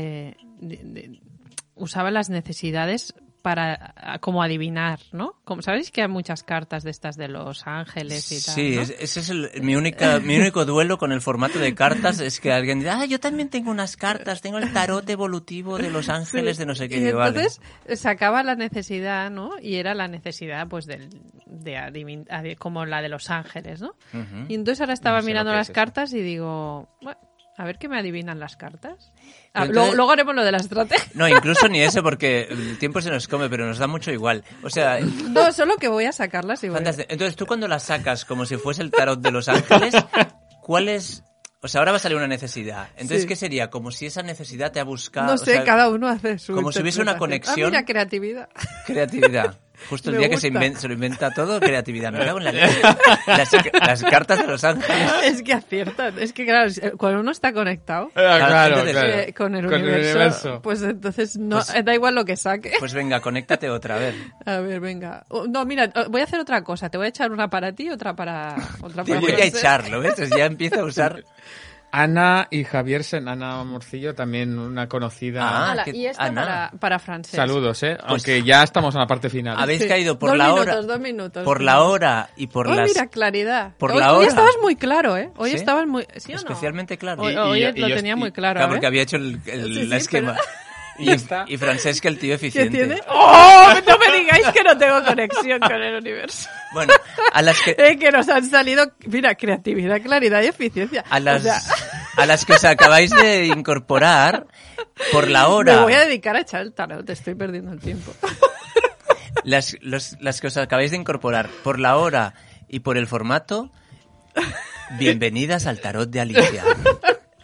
usaba las necesidades para como adivinar, ¿no? Como sabéis que hay muchas cartas de estas de los ángeles y tal, sí, ¿no? Ese es mi único duelo con el formato de cartas, es que alguien dice, yo también tengo unas cartas, tengo el tarot evolutivo de los ángeles de no sé qué. Y entonces sacaba la necesidad, ¿no? Y era la necesidad, pues, como la de los ángeles, ¿no? Uh-huh. Y entonces ahora estaba mirando las cartas y digo, bueno, a ver qué me adivinan las cartas. Entonces, luego haremos lo de la estrategia. No, incluso ni eso, porque el tiempo se nos come, pero nos da mucho igual. O sea... No, solo que voy a sacarlas y voy fantástico. Entonces, tú cuando las sacas como si fuese el tarot de los ángeles, ¿cuál es...? O sea, ahora va a salir una necesidad. Entonces, sí. ¿Qué sería? Como si esa necesidad te ha buscado... No sé, o sea, cada uno hace su como si hubiese una conexión... mira, creatividad. Creatividad. Justo el día gusta. Que se lo inventa todo, creatividad. Me cago en la leche. Las cartas de los ángeles. Es que aciertan. Es que, claro, cuando uno está conectado claro. Con el universo, pues entonces no da igual lo que saque. Pues venga, conéctate otra vez. A ver, venga. No, mira, voy a hacer otra cosa. Te voy a echar una para ti y otra para... Te voy a echarlo, ¿ves? Ya empieza a usar... Ana y Javier, Ana Morcillo, también una conocida... y esta para Francesc. Saludos, aunque ya estamos en la parte final. Habéis caído por la hora. 2 minutos. Por la hora y por las... mira, claridad. Por la hora. Hoy estabas muy claro, ¿eh? Hoy estabas muy... ¿Sí o no? Especialmente claro. Hoy lo tenía muy claro. Claro, porque había hecho el esquema. Pero... Y Francesc, el tío eficiente. ¿Qué tiene? ¡Oh! No me digáis que no tengo conexión con el universo. Bueno, a las que... que nos han salido... Mira, creatividad, claridad y eficiencia. A las que os acabáis de incorporar, por la hora... Me voy a dedicar a echar el tarot, te estoy perdiendo el tiempo. Las que os acabáis de incorporar, por la hora y por el formato, bienvenidas al tarot de Alicia.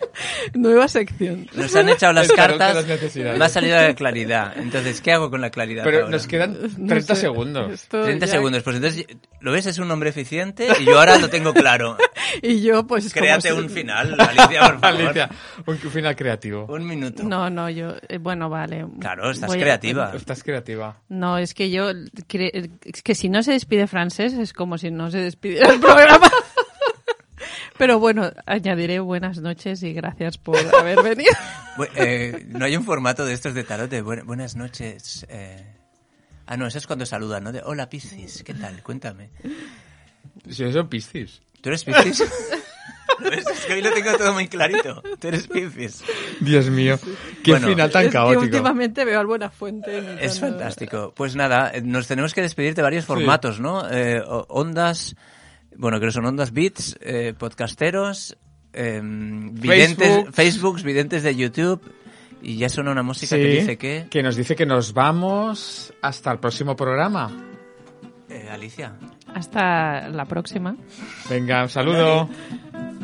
Nueva sección. Nos han echado las El tarot de cartas, las necesidades. me ha salido la claridad. Entonces, ¿qué hago con la claridad Pero ahora? nos quedan 30 segundos. Esto 30 ya- segundos. Pues entonces, ¿lo ves? Es un hombre eficiente y yo ahora lo tengo claro. Y yo, pues... como Créate si- un final, Alicia, por favor. Alicia, un final creativo. Un minuto. No, yo... bueno, vale. Claro, estás Voy a- creativa. Estás creativa. No, es que yo... Es que si no se despide Francés es como si no se despidiera el programa. Pero bueno, añadiré buenas noches y gracias por haber venido. No hay un formato de estos de tarot de buenas noches. No, eso es cuando saludan, ¿no? De hola, Piscis, ¿qué tal? Cuéntame. Si yo soy Piscis. ¿Tú eres Piscis? Es que hoy lo tengo todo muy clarito. Tú eres Piscis. Dios mío, qué Bueno, final tan Es que caótico. últimamente veo al Buenafuente imitando- Es fantástico. Pues nada, nos tenemos que despedir de varios formatos, ¿no? Ondas, bueno, creo que son ondas bits, podcasteros, videntes, Facebooks, videntes de YouTube, y ya suena una música Sí, que dice que... nos dice que nos vamos hasta el próximo programa. Alicia. Hasta la próxima. Venga, un saludo.